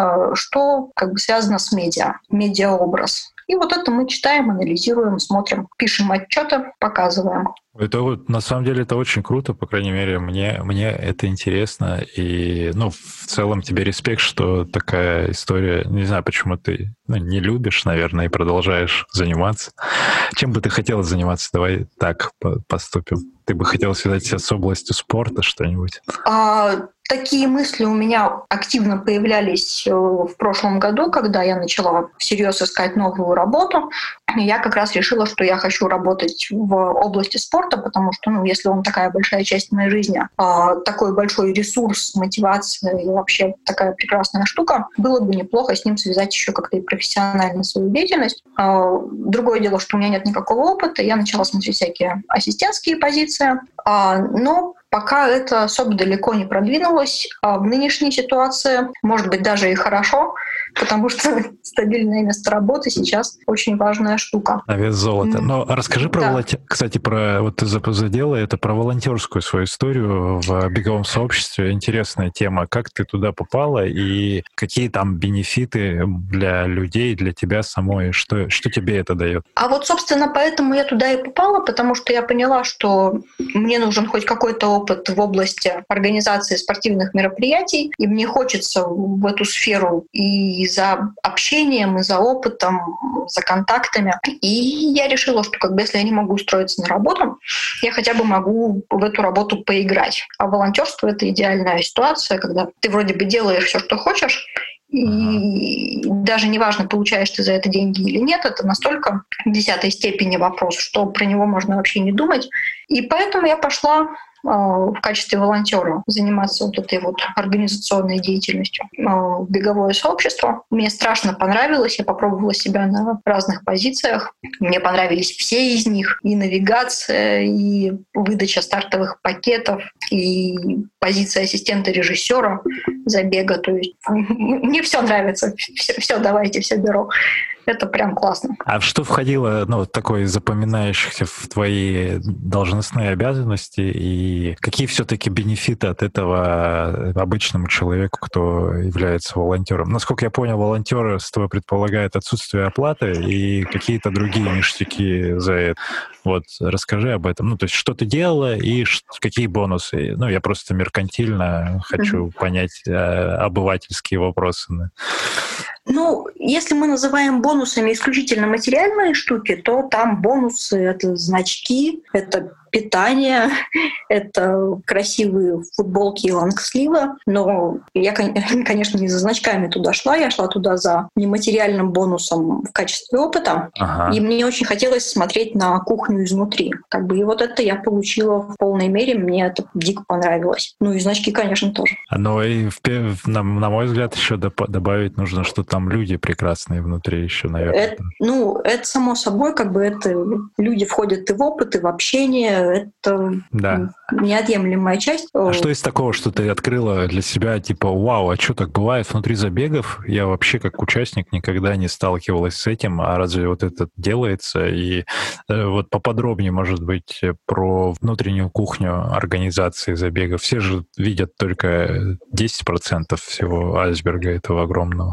что как бы связано с медиа, медиаобраз. И вот это мы читаем, анализируем, смотрим, пишем отчеты, показываем. Это вот, на самом деле, это очень круто, по крайней мере, мне, мне это интересно. И, ну, в целом тебе респект, что такая история, не знаю, почему ты ну, не любишь, наверное, и продолжаешь заниматься. Чем бы ты хотела заниматься? Давай так поступим. Ты бы хотела связать себя с областью спорта, что-нибудь? А, такие мысли у меня активно появлялись в прошлом году, когда я начала всерьез искать новую работу. Я как раз решила, что я хочу работать в области спорта, потому что, ну, если он такая большая часть моей жизни, а, такой большой ресурс, мотивация и вообще такая прекрасная штука, было бы неплохо с ним связать еще как-то и профессионально свою деятельность. А, другое дело, что у меня нет никакого опыта, я начала смотреть всякие ассистентские позиции, а, но пока это особо далеко не продвинулось. А в нынешней ситуации, может быть, даже и хорошо, потому что стабильное место работы сейчас очень важная штука. На вес золота. Но расскажи про, да. волонтер... кстати, про вот ты задела это про волонтерскую свою историю в беговом сообществе. Интересная тема. Как ты туда попала и какие там бенефиты для людей, для тебя самой? Что, что тебе это дает? А вот, собственно, поэтому я туда и попала, потому что я поняла, что мне нужен хоть какой-то опыт опыт в области организации спортивных мероприятий, и мне хочется в эту сферу и за общением, и за опытом, за контактами. И я решила, что как бы если я не могу устроиться на работу, я хотя бы могу в эту работу поиграть. А волонтерство — это идеальная ситуация, когда ты вроде бы делаешь все, что хочешь, и ага. даже неважно, получаешь ты за это деньги или нет, это настолько в десятой степени вопрос, что про него можно вообще не думать. И поэтому я пошла в качестве волонтера заниматься вот этой вот организационной деятельностью в беговое сообщество. Мне страшно понравилось, я попробовала себя на разных позициях. Мне понравились все из них. И навигация, и выдача стартовых пакетов, и позиция ассистента режиссера забега. То есть мне все нравится. Все, все давайте, все беру. Это прям классно. А что входило, ну, вот такое запоминающихся в твои должностные обязанности, и какие все-таки бенефиты от этого обычному человеку, кто является волонтером? Насколько я понял, волонтерство предполагает отсутствие оплаты и какие-то другие ништяки за это. Вот, расскажи об этом. Ну, то есть, что ты делала и какие бонусы? Ну, я просто меркантильно хочу mm-hmm. понять э, обывательские вопросы. Ну, если мы называем бонусами исключительно материальные штуки, то там бонусы — это значки, это питание, это красивые футболки и лонгсливы. Но я, конечно, не за значками туда шла, я шла туда за нематериальным бонусом в качестве опыта. Ага. И мне очень хотелось смотреть на кухню изнутри. Как бы, и вот это я получила в полной мере, мне это дико понравилось. Ну и значки, конечно, тоже. Ну и, на, на мой взгляд, еще добавить нужно, что там люди прекрасные внутри еще, наверное. Это, ну, это само собой, как бы это люди входят и в опыт, и в общение. Это да. неотъемлемая часть. А что из такого, что ты открыла для себя, типа, вау, а что так бывает внутри забегов? Я вообще как участник никогда не сталкивалась с этим, а разве вот это делается? И э, вот поподробнее, может быть, про внутреннюю кухню организации забегов. Все же видят только десять процентов всего айсберга этого огромного.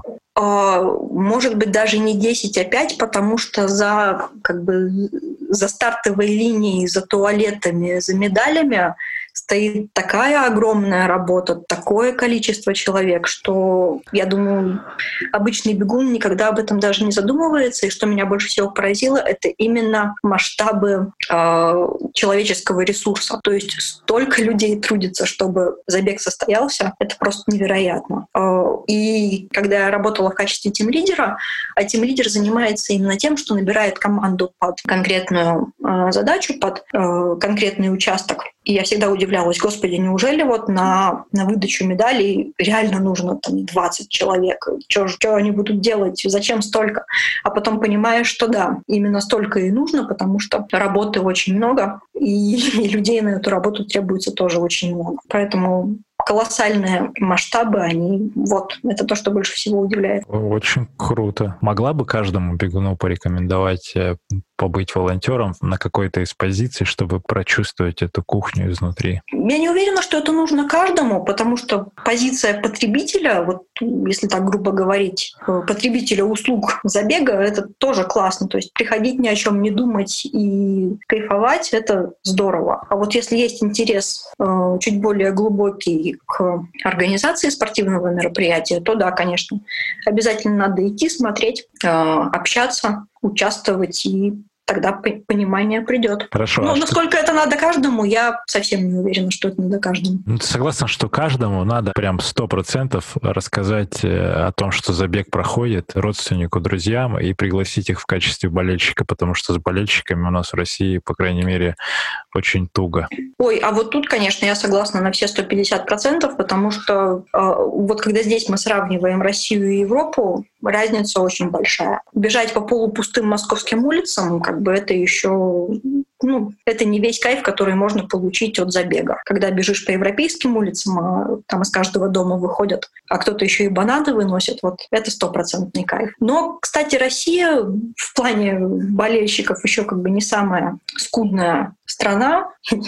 Может быть, даже не десять, а пять, потому что за, как бы, за стартовой линией, за туалетами, за медалями стоит такая огромная работа, такое количество человек, что, я думаю, обычный бегун никогда об этом даже не задумывается. И что меня больше всего поразило, это именно масштабы э, человеческого ресурса. То есть столько людей трудится, чтобы забег состоялся. Это просто невероятно. Э, и когда я работала в качестве тимлидера, а тимлидер занимается именно тем, что набирает команду под конкретную э, задачу, под э, конкретный участок. И я всегда удивлялась, господи, неужели вот на, на выдачу медалей реально нужно там двадцать человек? Что, что они будут делать? Зачем столько? А потом понимаешь, что да, именно столько и нужно, потому что работы очень много, и, и людей на эту работу требуется тоже очень много. Поэтому колоссальные масштабы, они вот, это то, что больше всего удивляет. Очень круто. Могла бы каждому бегуну порекомендовать побыть волонтером на какой-то из позиций, чтобы прочувствовать эту кухню изнутри? Я не уверена, что это нужно каждому, потому что позиция потребителя, вот если так грубо говорить, потребителя услуг забега, это тоже классно. То есть приходить ни о чем не думать и кайфовать — это здорово. А вот если есть интерес э, чуть более глубокий к организации спортивного мероприятия, то да, конечно, обязательно надо идти, смотреть, э, общаться, участвовать, и тогда понимание придет. Хорошо. Но а насколько что... это надо каждому, я совсем не уверена, что это надо каждому. Ну, ты согласна, что каждому надо прям сто процентов рассказать о том, что забег проходит, родственнику, друзьям, и пригласить их в качестве болельщика, потому что с болельщиками у нас в России, по крайней мере, очень туго. Ой, а вот тут, конечно, я согласна на все сто пятьдесят процентов, потому что э, вот когда здесь мы сравниваем Россию и Европу, разница очень большая. Бежать по полупустым московским улицам, как бы это еще, ну, это не весь кайф, который можно получить от забега. Когда бежишь по европейским улицам, а там из каждого дома выходят, а кто-то еще и бананы выносит, вот это стопроцентный кайф. Но, кстати, Россия в плане болельщиков еще как бы не самая скудная страна.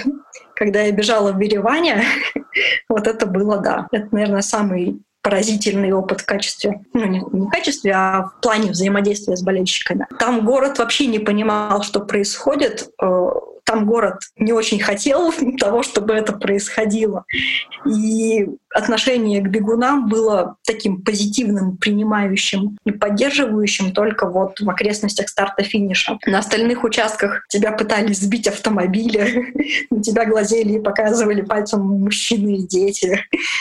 Когда я бежала в Ереване, вот это было, да, это, наверное, самый поразительный опыт в качестве, ну не, не в качестве, а в плане взаимодействия с болельщиками. Там город вообще не понимал, что происходит. там город не очень хотел того, чтобы это происходило. И отношение к бегунам было таким позитивным, принимающим и поддерживающим только вот в окрестностях старта-финиша. На остальных участках тебя пытались сбить автомобили, на тебя глазели и показывали пальцем мужчины и дети.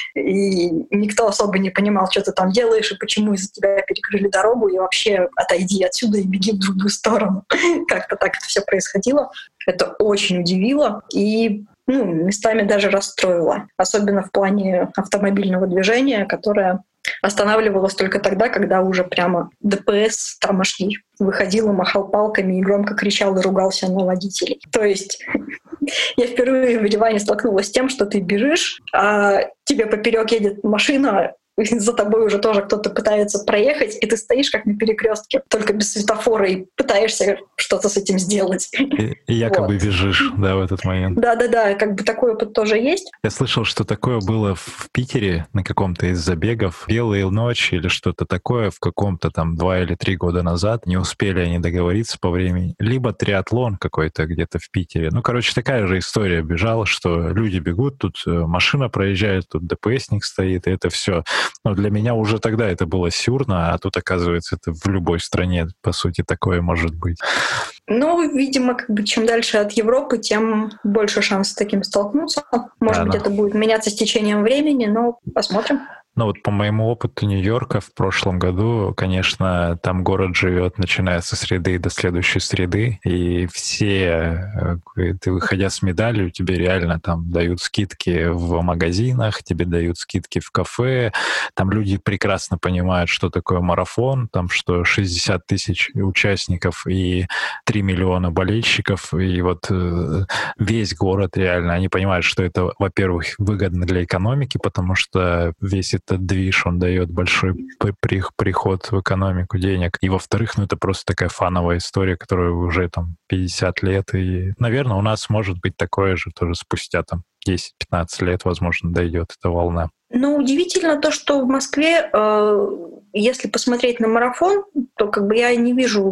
И никто особо не понимал, что ты там делаешь и почему из-за тебя перекрыли дорогу, и вообще отойди отсюда и беги в другую сторону. Как-то так это все происходило. Это очень удивило и ну, местами даже расстроило. Особенно в плане автомобильного движения, которое останавливалось только тогда, когда уже прямо ДПС тамошний выходил и махал палками и громко кричал и ругался на водителей. То есть я впервые в Ереване столкнулась с тем, что ты бежишь, а тебе поперек едет машина, за тобой уже тоже кто-то пытается проехать, и ты стоишь как на перекрестке, только без светофора, и пытаешься что-то с этим сделать. И, и якобы вот. Бежишь, да, в этот момент. Да-да-да, как бы такой опыт тоже есть. Я слышал, что такое было в Питере на каком-то из забегов. Белые ночи или что-то такое в каком-то там два или три года назад. Не успели они договориться по времени. Либо триатлон какой-то где-то в Питере. Ну, короче, такая же история бежала, что люди бегут, тут машина проезжает, тут ДПСник стоит, и это все. Но для меня уже тогда это было сюрно, а тут, оказывается, это в любой стране, по сути, такое может быть. Ну, видимо, как бы чем дальше от Европы, тем больше шанс с таким столкнуться. Может да, быть, да. это будет меняться с течением времени, но посмотрим. Ну вот по моему опыту Нью-Йорка в прошлом году, конечно, там город живет, начиная со среды до следующей среды, и все, ты выходя с медалью, тебе реально там дают скидки в магазинах, тебе дают скидки в кафе, там люди прекрасно понимают, что такое марафон, там что шестьдесят тысяч участников и три миллиона болельщиков, и вот весь город реально, они понимают, что это, во-первых, выгодно для экономики, потому что весь этот движ, он дает большой приход в экономику денег. И, во-вторых, ну, это просто такая фановая история, которая уже там пятьдесят лет. И, наверное, у нас может быть такое же тоже спустя там десять-пятнадцать лет, возможно, дойдет эта волна. Ну, удивительно то, что в Москве, э, если посмотреть на марафон, то как бы я не вижу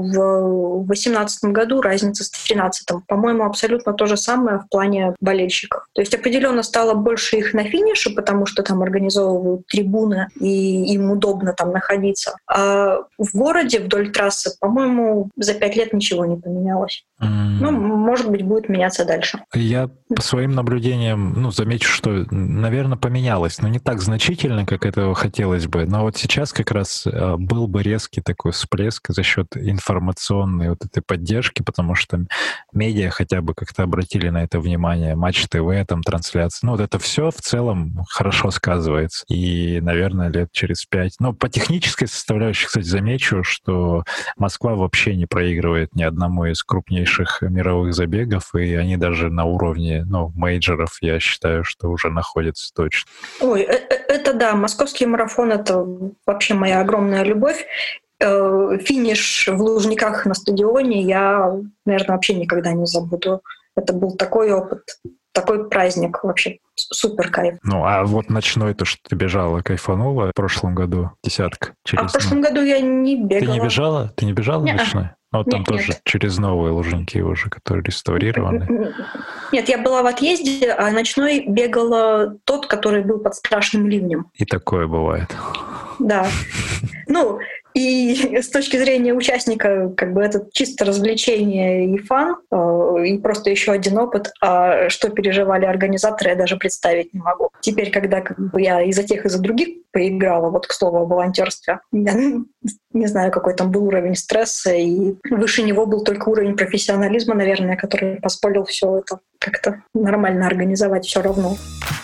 в восемнадцатом году разницы с тринадцатым. По-моему, абсолютно то же самое в плане болельщиков. То есть определенно стало больше их на финише, потому что там организовывают трибуны, и им удобно там находиться. А в городе вдоль трассы, по-моему, за пять лет ничего не поменялось. Mm. Ну, может быть, будет меняться дальше. Я по своим наблюдениям, ну, замечу, что, наверное, поменялось, но не так значительно, как этого хотелось бы. Но вот сейчас как раз был бы резкий такой всплеск за счет информационной вот этой поддержки, потому что медиа хотя бы как-то обратили на это внимание, Матч ТВ, там трансляции. Ну, вот это все в целом хорошо сказывается. И, наверное, лет через пять. Но по технической составляющей, кстати, замечу, что Москва вообще не проигрывает ни одному из крупнейших мировых забегов, и они даже на уровне, ну, мейджоров, я считаю, что уже находятся точно. Ой, это да, московский марафон — это вообще моя огромная любовь. Финиш в Лужниках на стадионе я, наверное, вообще никогда не забуду. Это был такой опыт, такой праздник, вообще супер кайф. Ну, а вот ночной то, что ты бежала, кайфанула в прошлом году, десятка? Через... А в прошлом году я не бегала. Ты не бежала? Ты не бежала Не-а. ночной? Ну, вот там нет, тоже нет. через новые Лужники уже, которые реставрированы. Нет, я была в отъезде, а ночной бегала тот, который был под страшным ливнем. И такое бывает. Да. Ну, и с точки зрения участника, как бы это чисто развлечение и фан, и просто еще один опыт. А что переживали организаторы, я даже представить не могу. Теперь, когда как бы я и за тех, и за других поиграла, вот к слову о волонтерстве, я не знаю, какой там был уровень стресса, и выше него был только уровень профессионализма, наверное, который позволил все это как-то нормально организовать все равно.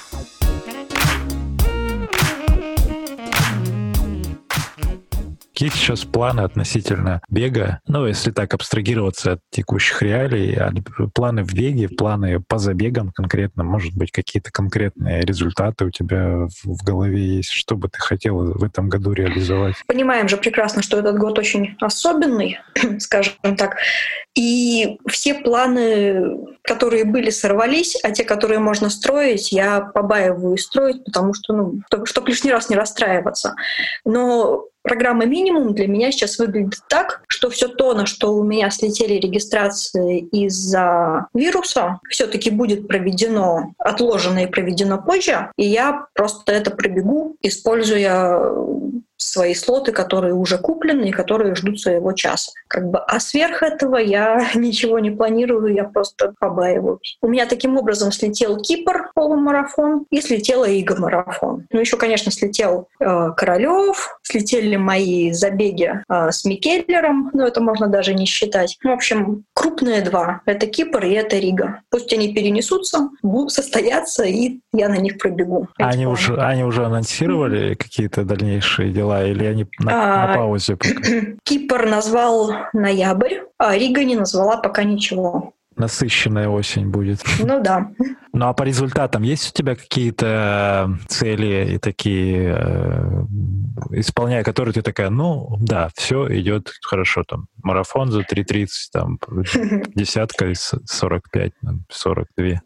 Какие сейчас планы относительно бега? Ну, если так абстрагироваться от текущих реалий, планы в беге, планы по забегам конкретно, может быть, какие-то конкретные результаты у тебя в голове есть, что бы ты хотела в этом году реализовать? Понимаем же прекрасно, что этот год очень особенный, скажем так, и все планы, которые были, сорвались, а те, которые можно строить, я побаиваюсь строить, потому что, ну, чтобы лишний раз не расстраиваться. Но программа «Минимум» для меня сейчас выглядит так, что все то, на что у меня слетели регистрации из-за вируса, все-таки будет проведено, отложено и проведено позже, и я просто это пробегу, используя свои слоты, которые уже куплены и которые ждут своего часа. Как бы, а сверх этого я ничего не планирую, я просто побаиваюсь. У меня таким образом слетел Кипр полумарафон и слетела Ига-марафон. Ну еще, конечно, слетел э, Королёв, слетели мои забеги э, с Микеллером, но это можно даже не считать. В общем, крупные два — это Кипр и это Рига. Пусть они перенесутся, будут состояться, и я на них пробегу. Они уже, они уже анонсировали mm-hmm. какие-то дальнейшие дела? Или они на, а, на паузе пока? Кипр назвал ноябрь, а Рига не назвала пока ничего. Насыщенная осень будет. Ну да. Ну а по результатам есть у тебя какие-то цели и такие, э, исполняя которые ты такая, ну да, все идет хорошо, там марафон за три тридцать, там десятка из сорок пять, сорок два.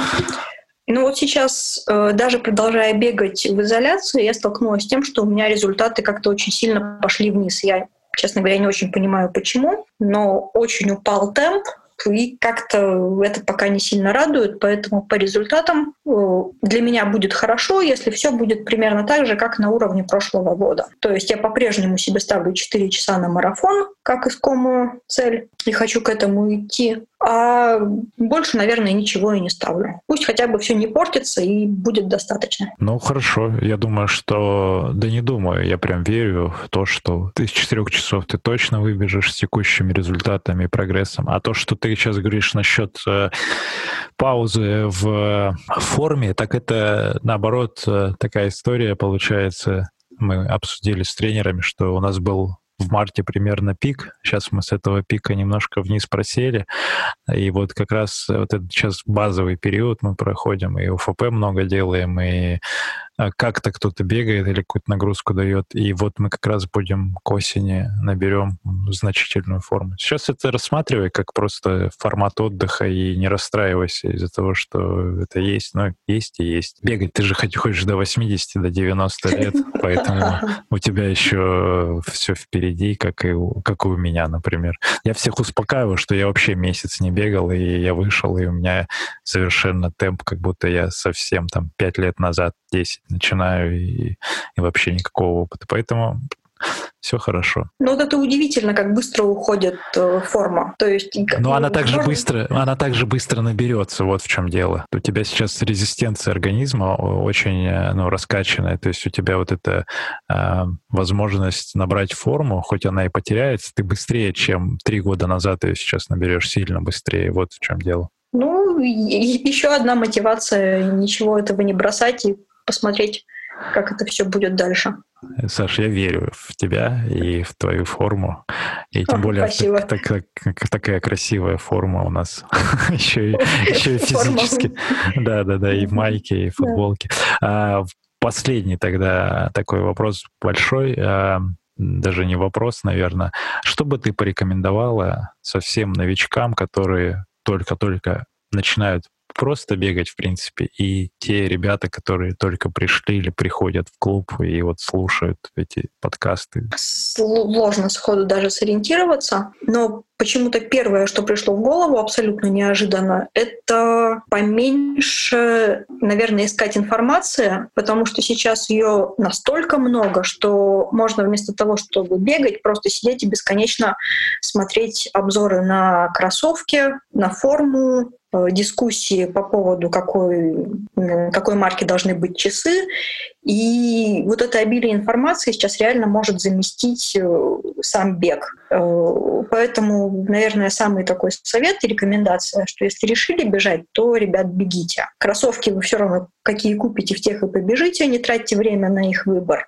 Ну вот сейчас, э, даже продолжая бегать в изоляции, я столкнулась с тем, что у меня результаты как-то очень сильно пошли вниз. Я, честно говоря, не очень понимаю, почему, но очень упал темп, и как-то это пока не сильно радует, поэтому по результатам для меня будет хорошо, если все будет примерно так же, как на уровне прошлого года. То есть я по-прежнему себе ставлю четыре часа на марафон, как искомую цель, и хочу к этому идти. А больше, наверное, ничего и не ставлю. Пусть хотя бы все не портится, и будет достаточно. Ну, хорошо. Я думаю, что... Да не думаю, я прям верю в то, что ты из четырех часов ты точно выбежишь с текущими результатами и прогрессом. А то, что ты сейчас говоришь насчет э, паузы в форме, так это, наоборот, такая история получается. Мы обсудили с тренерами, что у нас был в марте примерно пик. Сейчас мы с этого пика немножко вниз просели. И вот как раз вот этот сейчас базовый период мы проходим, и ОФП много делаем, и как-то кто-то бегает или какую-то нагрузку дает. И вот мы как раз будем к осени наберем значительную форму. Сейчас это рассматривай как просто формат отдыха и не расстраивайся из-за того, что это есть. Ну, есть и есть. Бегать ты же хочешь до восьмидесяти, до девяноста лет, поэтому у тебя еще все впереди, как и, у, как и у меня, например. Я всех успокаиваю, что я вообще месяц не бегал, и я вышел, и у меня совершенно темп, как будто я совсем там пять лет назад, десять начинаю, и, и вообще никакого опыта. Поэтому все хорошо. Ну вот это удивительно, как быстро уходит э, форма. То есть, Но ну, она также быстро, она также быстро наберется, вот в чем дело. У тебя сейчас резистенция организма очень ну, раскачанная, то есть у тебя вот эта э, возможность набрать форму, хоть она и потеряется, ты быстрее, чем три года назад ее сейчас наберешь, сильно быстрее. Вот в чем дело. Ну, еще одна мотивация, ничего этого не бросать и посмотреть, как это все будет дальше. Саш, я верю в тебя и в твою форму. И тем О, более так, так, так, такая красивая форма у нас. еще, и, еще и физически. Да-да-да, и в майке, и в футболке. А, последний тогда такой вопрос большой. А, даже не вопрос, наверное. Что бы ты порекомендовала совсем новичкам, которые только-только начинают просто бегать, в принципе, и те ребята, которые только пришли или приходят в клуб и вот слушают эти подкасты? Сложно сходу даже сориентироваться, но почему-то первое, что пришло в голову абсолютно неожиданно, это поменьше, наверное, искать информации, потому что сейчас ее настолько много, что можно вместо того, чтобы бегать, просто сидеть и бесконечно смотреть обзоры на кроссовки, на форму, дискуссии по поводу, какой, какой марки должны быть часы. И вот это обилие информации сейчас реально может заместить сам бег. Поэтому, наверное, самый такой совет и рекомендация, что если решили бежать, то, ребят, бегите. Кроссовки вы все равно какие купите, в тех и побежите, не тратьте время на их выбор.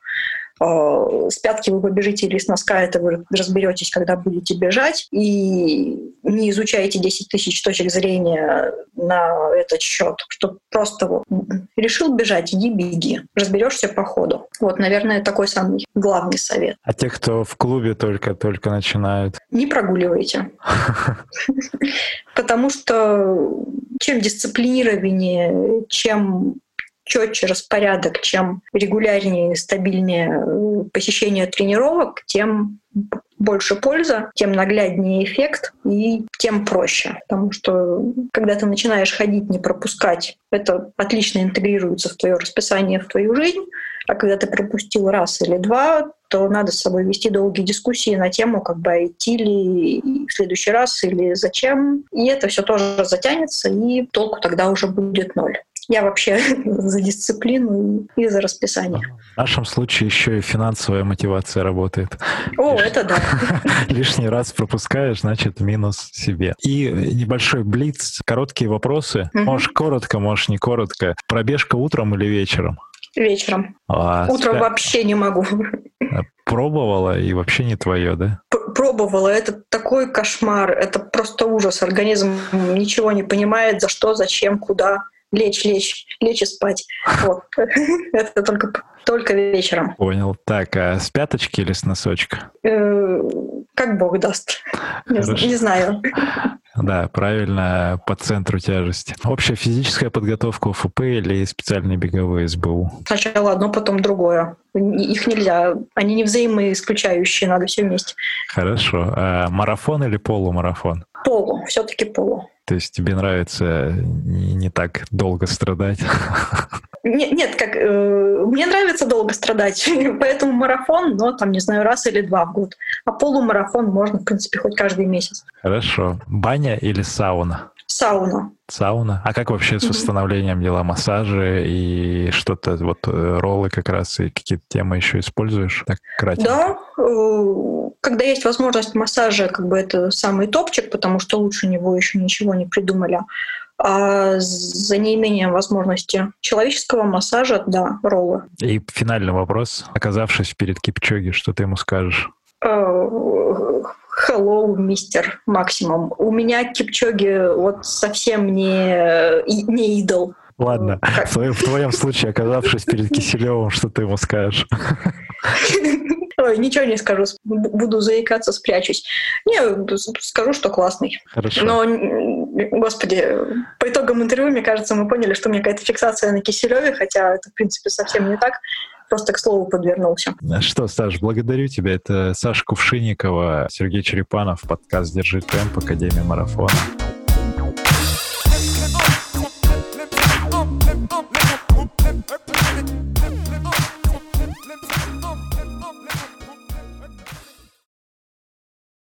С пятки вы побежите или с носка, это вы разберетесь, когда будете бежать. И не изучайте десять тысяч точек зрения на этот счет, что просто вот решил бежать, иди беги. Разберешься по ходу. Вот, наверное, такой самый главный совет. А те, кто в клубе только-только начинают? Не прогуливайте. Потому что чем дисциплинированнее, чем четче распорядок, чем регулярнее и стабильнее посещение тренировок, тем больше польза, тем нагляднее эффект и тем проще. Потому что когда ты начинаешь ходить, не пропускать, это отлично интегрируется в твое расписание, в твою жизнь. А когда ты пропустил раз или два, то надо с собой вести долгие дискуссии на тему, как бы идти ли в следующий раз или зачем. И это все тоже затянется, и толку тогда уже будет ноль. Я вообще за дисциплину и за расписание. В нашем случае еще и финансовая мотивация работает. О, Лиш... это да. Лишний раз пропускаешь, значит, минус себе. И небольшой блиц, короткие вопросы. Угу. Можешь коротко, можешь не коротко. Пробежка утром или вечером? Вечером. А, Утром спя... вообще не могу. Пробовала и вообще не твое, да? Пробовала. Это такой кошмар. Это просто ужас. Организм ничего не понимает, за что, зачем, куда. Лечь, лечь, лечь и спать. Вот. Это только, только вечером. Понял. Так, а с пяточки или с носочка? Как Бог даст. Не, не знаю. Да, правильно, по центру тяжести. Общая физическая подготовка ОФП или специальные беговые СБУ? Сначала одно, потом другое. Их нельзя. Они не взаимоисключающие, надо все вместе. Хорошо. А марафон или полумарафон? Полу, все-таки полу. То есть тебе нравится не, не так долго страдать? Нет, нет, как э, мне нравится долго страдать, поэтому марафон, но там, не знаю, раз или два в год. А полумарафон можно, в принципе, хоть каждый месяц. Хорошо. Баня или сауна? Сауна. Сауна. А как вообще с восстановлением дела? Массажи и что-то, вот роллы как раз, и какие-то темы еще используешь? Так, кратенько. Да. Э, когда есть возможность массажа, как бы это самый топчик, потому что лучше него еще ничего не придумали. А за неимением возможности человеческого массажа, да, роллы. И финальный вопрос. Оказавшись перед Кипчоги, что ты ему скажешь? Hello, мистер Максимум. У меня Кипчоги вот совсем не, не идол. Ладно. В твоем, в твоем случае, оказавшись перед Киселевым, что ты ему скажешь? Ой, ничего не скажу. Буду заикаться, спрячусь. Не, скажу, что классный. Хорошо. Но, господи, по итогам интервью, мне кажется, мы поняли, что у меня какая-то фиксация на Киселеве, хотя это, в принципе, совсем не так. Просто к слову подвернулся. Что, Саш, благодарю тебя. Это Саша Кувшинникова, Сергей Черепанов, подкаст «Держи темп», Академия марафона.